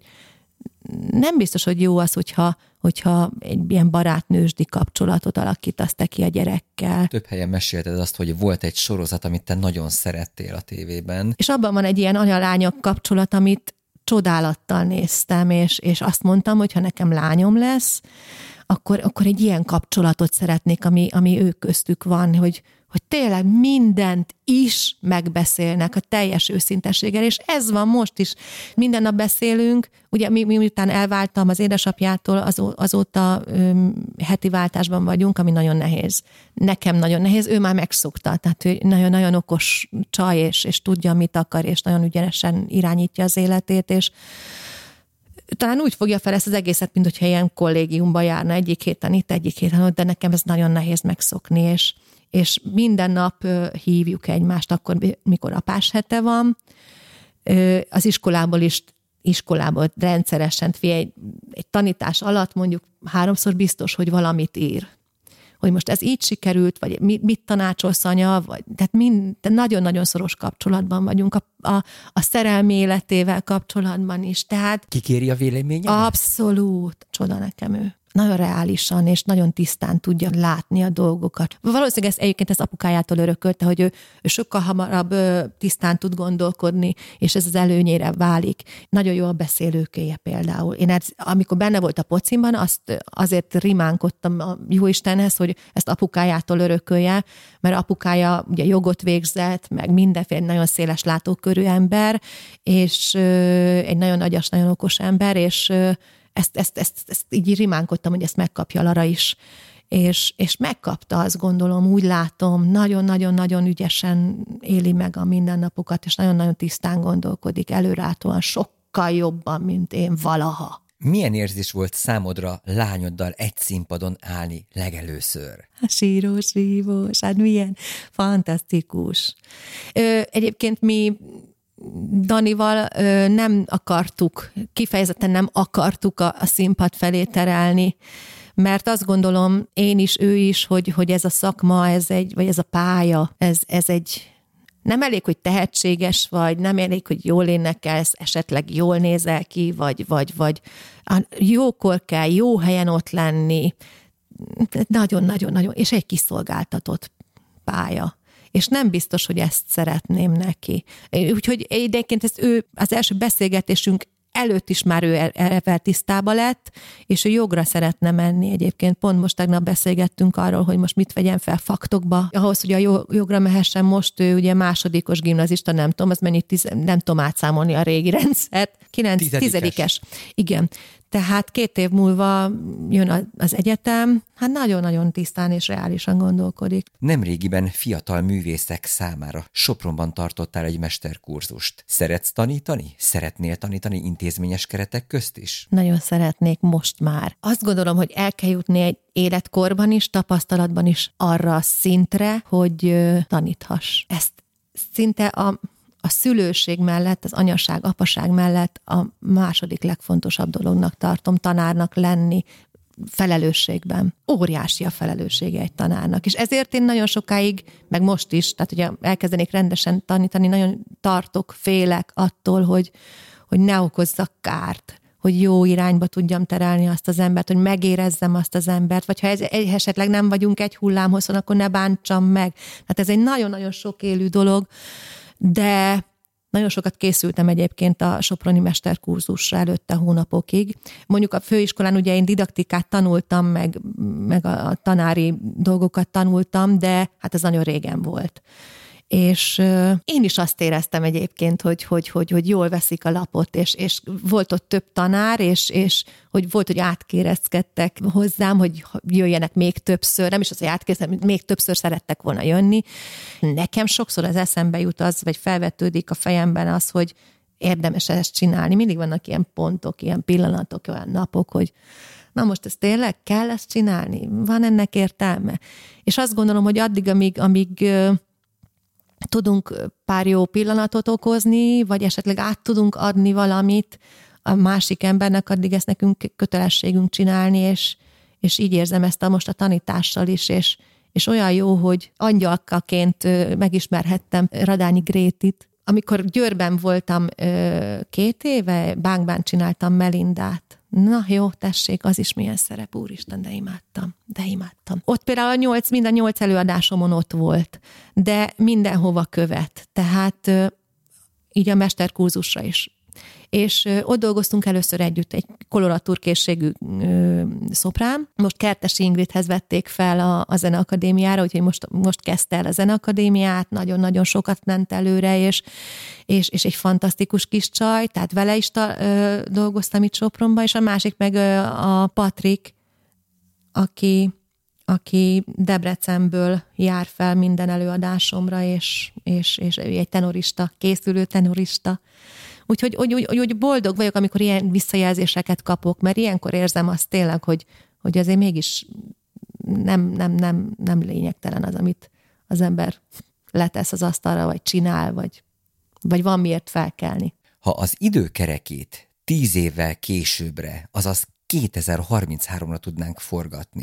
nem biztos, hogy jó az, hogyha, hogyha egy ilyen barátnősdi kapcsolatot alakítasz te ki a gyerekkel. Több helyen mesélted azt, hogy volt egy sorozat, amit te nagyon szerettél a tévében. És abban van egy ilyen anya-lányok kapcsolat, amit csodálattal néztem, és, és azt mondtam, hogy ha nekem lányom lesz, akkor, akkor egy ilyen kapcsolatot szeretnék, ami, ami ők köztük van, hogy, hogy tényleg mindent is megbeszélnek a teljes őszintességgel, és ez van most is. Minden nap beszélünk, ugye mi, mi miután elváltam az édesapjától, az, azóta öm, heti váltásban vagyunk, ami nagyon nehéz. Nekem nagyon nehéz, ő már megszokta, tehát ő nagyon-nagyon okos csaj, és, és tudja, mit akar, és nagyon ügyesen irányítja az életét, és talán úgy fogja fel ezt az egészet, mint hogyha ilyen kollégiumba járna egyik héten itt, egyik héten ott, de nekem ez nagyon nehéz megszokni, és, és minden nap hívjuk egymást, akkor, mikor apás hete van. Az iskolából is, iskolából rendszeresen, egy, egy tanítás alatt mondjuk háromszor biztos, hogy valamit ír. hogy most ez így sikerült, vagy mit, mit tanácsolsz anya, vagy, tehát mind, de nagyon-nagyon szoros kapcsolatban vagyunk a, a, a szerelmi életével kapcsolatban is. Tehát kikéri a véleményedet? Abszolút. Csoda nekem ő. Nagyon reálisan és nagyon tisztán tudja látni a dolgokat. Valószínűleg ezt egyébként ez apukájától örökölte, hogy ő, ő sokkal hamarabb ö, tisztán tud gondolkodni, és ez az előnyére válik. Nagyon jó a beszélőkéje például. Én ez, amikor benne volt a pocimban, azt azért rimánkodtam a Jóistenhez, hogy ezt apukájától örökölje, mert apukája ugye jogot végzett, meg mindenféle nagyon széles látókörű ember, és ö, egy nagyon agyas, nagyon okos ember, és ö, Ezt, ezt, ezt, ezt így rimánkodtam, hogy ezt megkapja Lara is. És, és megkapta, azt gondolom, úgy látom, nagyon-nagyon-nagyon ügyesen éli meg a mindennapokat, és nagyon-nagyon tisztán gondolkodik, előrelátóan sokkal jobban, mint én valaha. Milyen érzés volt számodra lányoddal egy színpadon állni legelőször? Sírós, hívós, hát milyen fantasztikus. Ö, egyébként mi Danival ö, nem akartuk, kifejezetten nem akartuk a, a színpad felé terelni, mert azt gondolom, én is, ő is, hogy, hogy ez a szakma, ez egy, vagy ez a pálya, ez, ez egy, nem elég, hogy tehetséges vagy, nem elég, hogy jól énekelsz, esetleg jól nézel ki, vagy, vagy, vagy jókor kell jó helyen ott lenni, nagyon-nagyon-nagyon, és egy kiszolgáltatott pálya. És nem biztos, hogy ezt szeretném neki. Úgyhogy egyébként ez ő, az első beszélgetésünk előtt is már ő ezzel tisztába lett, és ő jogra szeretne menni egyébként. Pont most tegnap beszélgettünk arról, hogy most mit vegyen fel faktokba. Ahhoz, hogy a jogra mehessen, most ő ugye másodikos gimnazista, nem tudom, az mennyi, tiz, nem tudom átszámolni a régi rendszert. Kilenc, tizedikes. tizedikes. Igen. Tehát két év múlva jön az egyetem, hát nagyon-nagyon tisztán és reálisan gondolkodik. Nemrégiben fiatal művészek számára Sopronban tartottál egy mesterkurzust. Szeretsz tanítani? Szeretnél tanítani intézményes keretek közt is? Nagyon szeretnék most már. Azt gondolom, hogy el kell jutni egy életkorban is, tapasztalatban is arra a szintre, hogy taníthass. Ezt szinte a... a szülőség mellett, az anyaság, apaság mellett a második legfontosabb dolognak tartom tanárnak lenni felelősségben. Óriási a felelőssége egy tanárnak. És ezért én nagyon sokáig, meg most is, tehát ugye elkezdenék rendesen tanítani, nagyon tartok, félek attól, hogy, hogy ne okozzak kárt, hogy jó irányba tudjam terelni azt az embert, hogy megérezzem azt az embert, vagy ha ez, esetleg nem vagyunk egy hullámhosszon, akkor ne bántsam meg. Tehát ez egy nagyon-nagyon sok élő dolog, de nagyon sokat készültem egyébként a soproni mesterkurzusra előtte hónapokig. Mondjuk a főiskolán ugye én didaktikát tanultam, meg, meg a, a tanári dolgokat tanultam, de hát ez nagyon régen volt. És uh, én is azt éreztem egyébként, hogy, hogy, hogy, hogy jól veszik a lapot, és, és volt ott több tanár, és, és hogy volt, hogy átkérezkedtek hozzám, hogy jöjjenek még többször, nem is az, hogy átkérezkedtek, még többször szerettek volna jönni. Nekem sokszor az eszembe jut az, vagy felvetődik a fejemben az, hogy érdemes ezt csinálni. Mindig vannak ilyen pontok, ilyen pillanatok, olyan napok, hogy na most ezt tényleg kell ezt csinálni? Van ennek értelme? És azt gondolom, hogy addig, amíg, amíg tudunk pár jó pillanatot okozni, vagy esetleg át tudunk adni valamit a másik embernek, addig ezt nekünk kötelességünk csinálni, és, és így érzem ezt a most a tanítással is, és, és olyan jó, hogy angyalkaként megismerhettem Radányi Grétit. Amikor Győrben voltam két éve, Bánkban csináltam Melindát. Na jó, tessék, az is milyen szerep, úristen, de imádtam, de imádtam. Ott például a nyolc, mind a nyolc előadásomon ott volt, de mindenhova követ, tehát így a mesterkurzusra is. És ott dolgoztunk először együtt egy koloratúrkészségű szoprán. Most Kertesi Ingridhez vették fel a, a Zeneakadémiára, úgyhogy most, most kezdte el a Zeneakadémiát, nagyon-nagyon sokat ment előre, és, és, és egy fantasztikus kis csaj, tehát vele is ta, ö, dolgoztam itt Sopronban, és a másik meg ö, a Patrik, aki, aki Debrecenből jár fel minden előadásomra, és, és, és egy tenorista, készülő tenorista. Úgyhogy úgy, úgy, úgy boldog vagyok, amikor ilyen visszajelzéseket kapok, mert ilyenkor érzem azt tényleg, hogy, hogy azért mégis nem, nem, nem, nem lényegtelen az, amit az ember letesz az asztalra, vagy csinál, vagy, vagy van miért felkelni. Ha az időkerekét tíz évvel későbbre, azaz kétezer-harminchárom-ra tudnánk forgatni,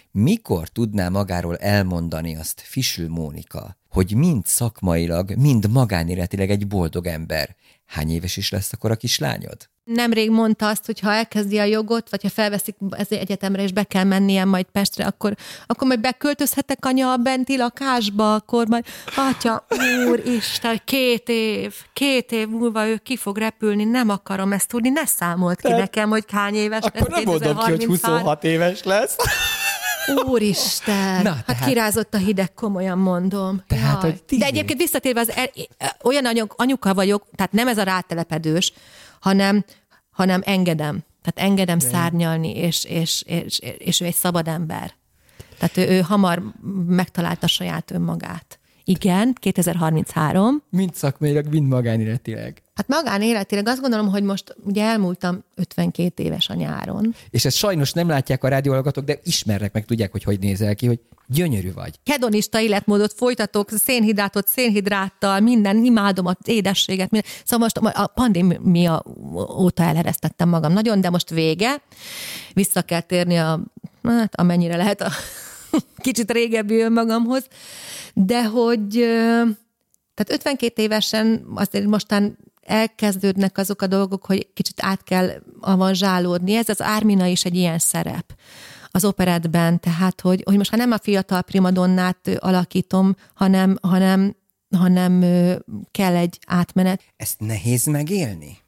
Mikor tudná magáról elmondani azt Fisül Mónika, hogy mind szakmailag, mind magánéletileg egy boldog ember? Hány éves is lesz akkor a kislányod? Nemrég mondta azt, hogy ha elkezdi a jogot, vagy ha felveszik az egyetemre, és be kell mennie majd Pestre, akkor, akkor majd beköltözhetek anya a benti lakásba, akkor majd, atya, úristen, két év, két év múlva ő ki fog repülni, nem akarom ezt tudni, ne számolt ki nekem, hogy hány éves lesz. Akkor nem mondom ki, hogy huszonhat éves lesz. Úristen, Na, hát tehát... kirázott a hideg, komolyan mondom. Tehát, hogy De egyébként visszatérve, az el, olyan anyuk, anyuka vagyok, tehát nem ez a rátelepedős, hanem, hanem engedem. Tehát engedem De. szárnyalni, és, és, és, és ő egy szabad ember. Tehát ő, ő hamar megtalálta saját önmagát. Igen, kétezer-harminchárom. Mind szakmailag, mind magánéletileg. Hát magánéletileg azt gondolom, hogy most ugye elmúltam ötvenkét éves a nyáron. És ezt sajnos nem látják a rádióhallgatók, de ismernek, meg tudják, hogy hogy nézel ki, hogy gyönyörű vagy. Hedonista életmódot folytatok, szénhidrátot, szénhidráttal, minden, imádom az édességet. Minden. Szóval most a pandémia óta eleresztettem magam nagyon, de most vége. Vissza kell térni a, hát amennyire lehet a kicsit régebbi önmagamhoz. De hogy, tehát ötvenkét évesen azért mostan elkezdődnek azok a dolgok, hogy kicsit át kell avanzsálódni. Ez az Ármina is egy ilyen szerep az operettben, tehát hogy, hogy most már nem a fiatal primadonnát alakítom, hanem, hanem, hanem kell egy átmenet. Ezt nehéz megélni?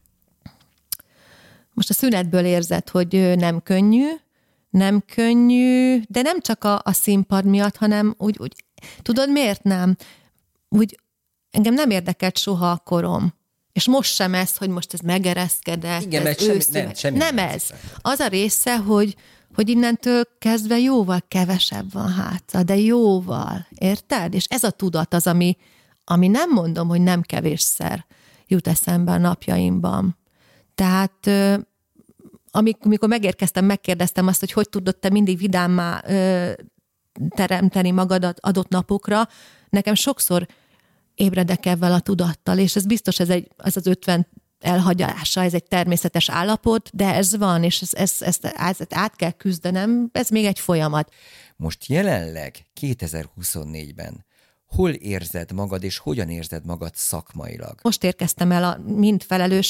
Most a szünetből érzed, hogy nem könnyű, nem könnyű, de nem csak a, a színpad miatt, hanem úgy, úgy, tudod miért nem? Úgy engem nem érdekelt soha a korom. És most sem ez, hogy most ez megereszkedett. Igen, ez semmi, nem, semmi nem nem ez. Az a része, hogy, hogy innentől kezdve jóval kevesebb van hátra, de jóval. Érted? És ez a tudat az, ami, ami nem mondom, hogy nem kevésszer jut eszembe a napjaimban. Tehát amikor megérkeztem, megkérdeztem azt, hogy hogy tudod te mindig vidámmá teremteni magadat adott napokra, nekem sokszor ébredek ebben a tudattal, és ez biztos, ez, egy, ez az ötven elhagyása, ez egy természetes állapot, de ez van, és ezt, ezt, ezt, ezt át kell küzdenem, ez még egy folyamat. Most jelenleg kétezer-huszonnégyben hol érzed magad, és hogyan érzed magad szakmailag? Most érkeztem el a mind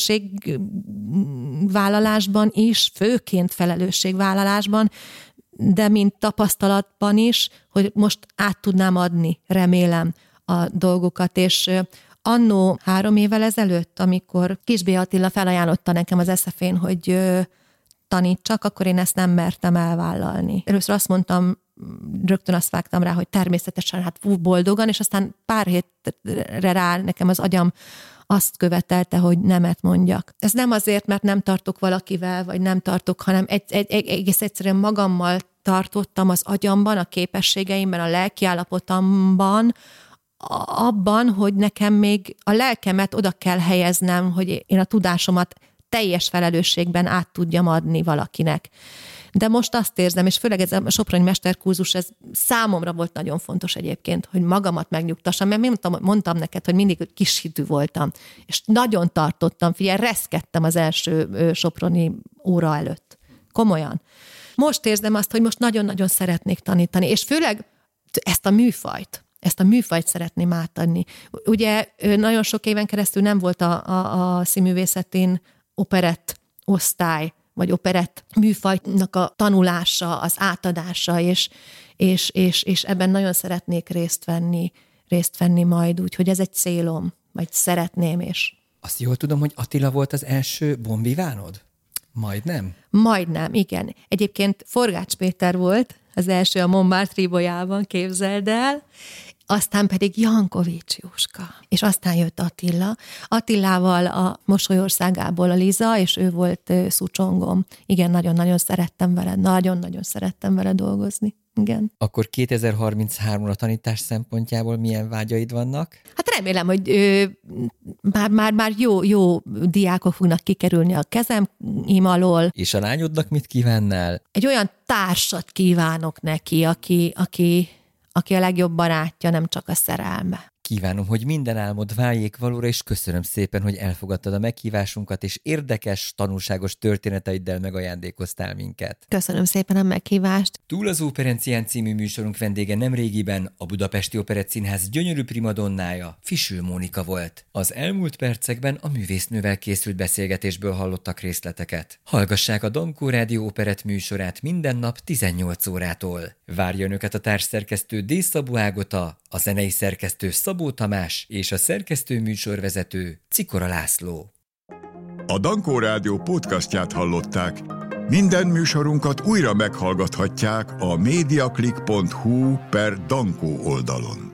felelősségvállalásban is, főként felelősségvállalásban, de mint tapasztalatban is, hogy most át tudnám adni, remélem, a dolgokat, és annó három évvel ezelőtt, amikor Kisbé Attila felajánlotta nekem az eszefén, hogy tanítsak, akkor én ezt nem mertem elvállalni. Először azt mondtam, rögtön azt vágtam rá, hogy természetesen, hát fú, boldogan, és aztán pár hétre rá nekem az agyam azt követelte, hogy nemet mondjak. Ez nem azért, mert nem tartok valakivel, vagy nem tartok, hanem egy, egy, egy, egész egyszerűen magammal tartottam az agyamban, a képességeimben, a lelkiállapotomban, abban, hogy nekem még a lelkemet oda kell helyeznem, hogy én a tudásomat teljes felelősségben át tudjam adni valakinek. De most azt érzem, és főleg ez a soproni mesterkurzus, ez számomra volt nagyon fontos egyébként, hogy magamat megnyugtassam, mert mondtam, mondtam neked, hogy mindig kishitű voltam, és nagyon tartottam, figyelj, reszkedtem az első soproni óra előtt. Komolyan. Most érzem azt, hogy most nagyon-nagyon szeretnék tanítani, és főleg ezt a műfajt, ezt a műfajt szeretném átadni. Ugye nagyon sok éven keresztül nem volt a, a, a színművészetén operett osztály, vagy operett műfajnak a tanulása, az átadása, és, és, és, és ebben nagyon szeretnék részt venni, részt venni majd, úgyhogy ez egy célom, vagy szeretném, és... Azt jól tudom, hogy Attila volt az első bonvivánod? Majdnem? Majdnem, igen. Egyébként Forgács Péter volt az első a Montmartre Tribolyában, képzeld el, aztán pedig Jankovics Jóska, és aztán jött Attila. Attilával a Mosolyországából a Liza, és ő volt szucsongom. Igen, nagyon-nagyon szerettem vele, nagyon-nagyon szerettem vele dolgozni. Igen. Akkor kétezer-harminchárom a tanítás szempontjából milyen vágyaid vannak? Hát remélem, hogy ö, már, már, már jó, jó diákok fognak kikerülni a kezem alól. És a lányodnak mit kívánnál? Egy olyan társat kívánok neki, aki, aki, aki a legjobb barátja, nem csak a szerelme. Kívánom, hogy minden álmod váljék valóra, és köszönöm szépen, hogy elfogadtad a meghívásunkat, és érdekes, tanulságos történeteiddel megajándékoztál minket. Köszönöm szépen a meghívást. Túl az Operencián című műsorunk vendége nemrégiben a Budapesti Operettszínház gyönyörű primadonnája, Fisül Mónika volt. Az elmúlt percekben a művésznővel készült beszélgetésből hallottak részleteket. Hallgassák a Dankó Rádió Operett műsorát minden nap tizennyolc órától. Várja önöket a társszerkesztő D. Szabó Ágota, a zenei szerkesztő Szabó Tamás és a szerkesztő műsorvezető Cikora László. A Dankó Rádió podcastját hallották. Minden műsorunkat újra meghallgathatják a mediaclick pont hu per Dankó oldalon.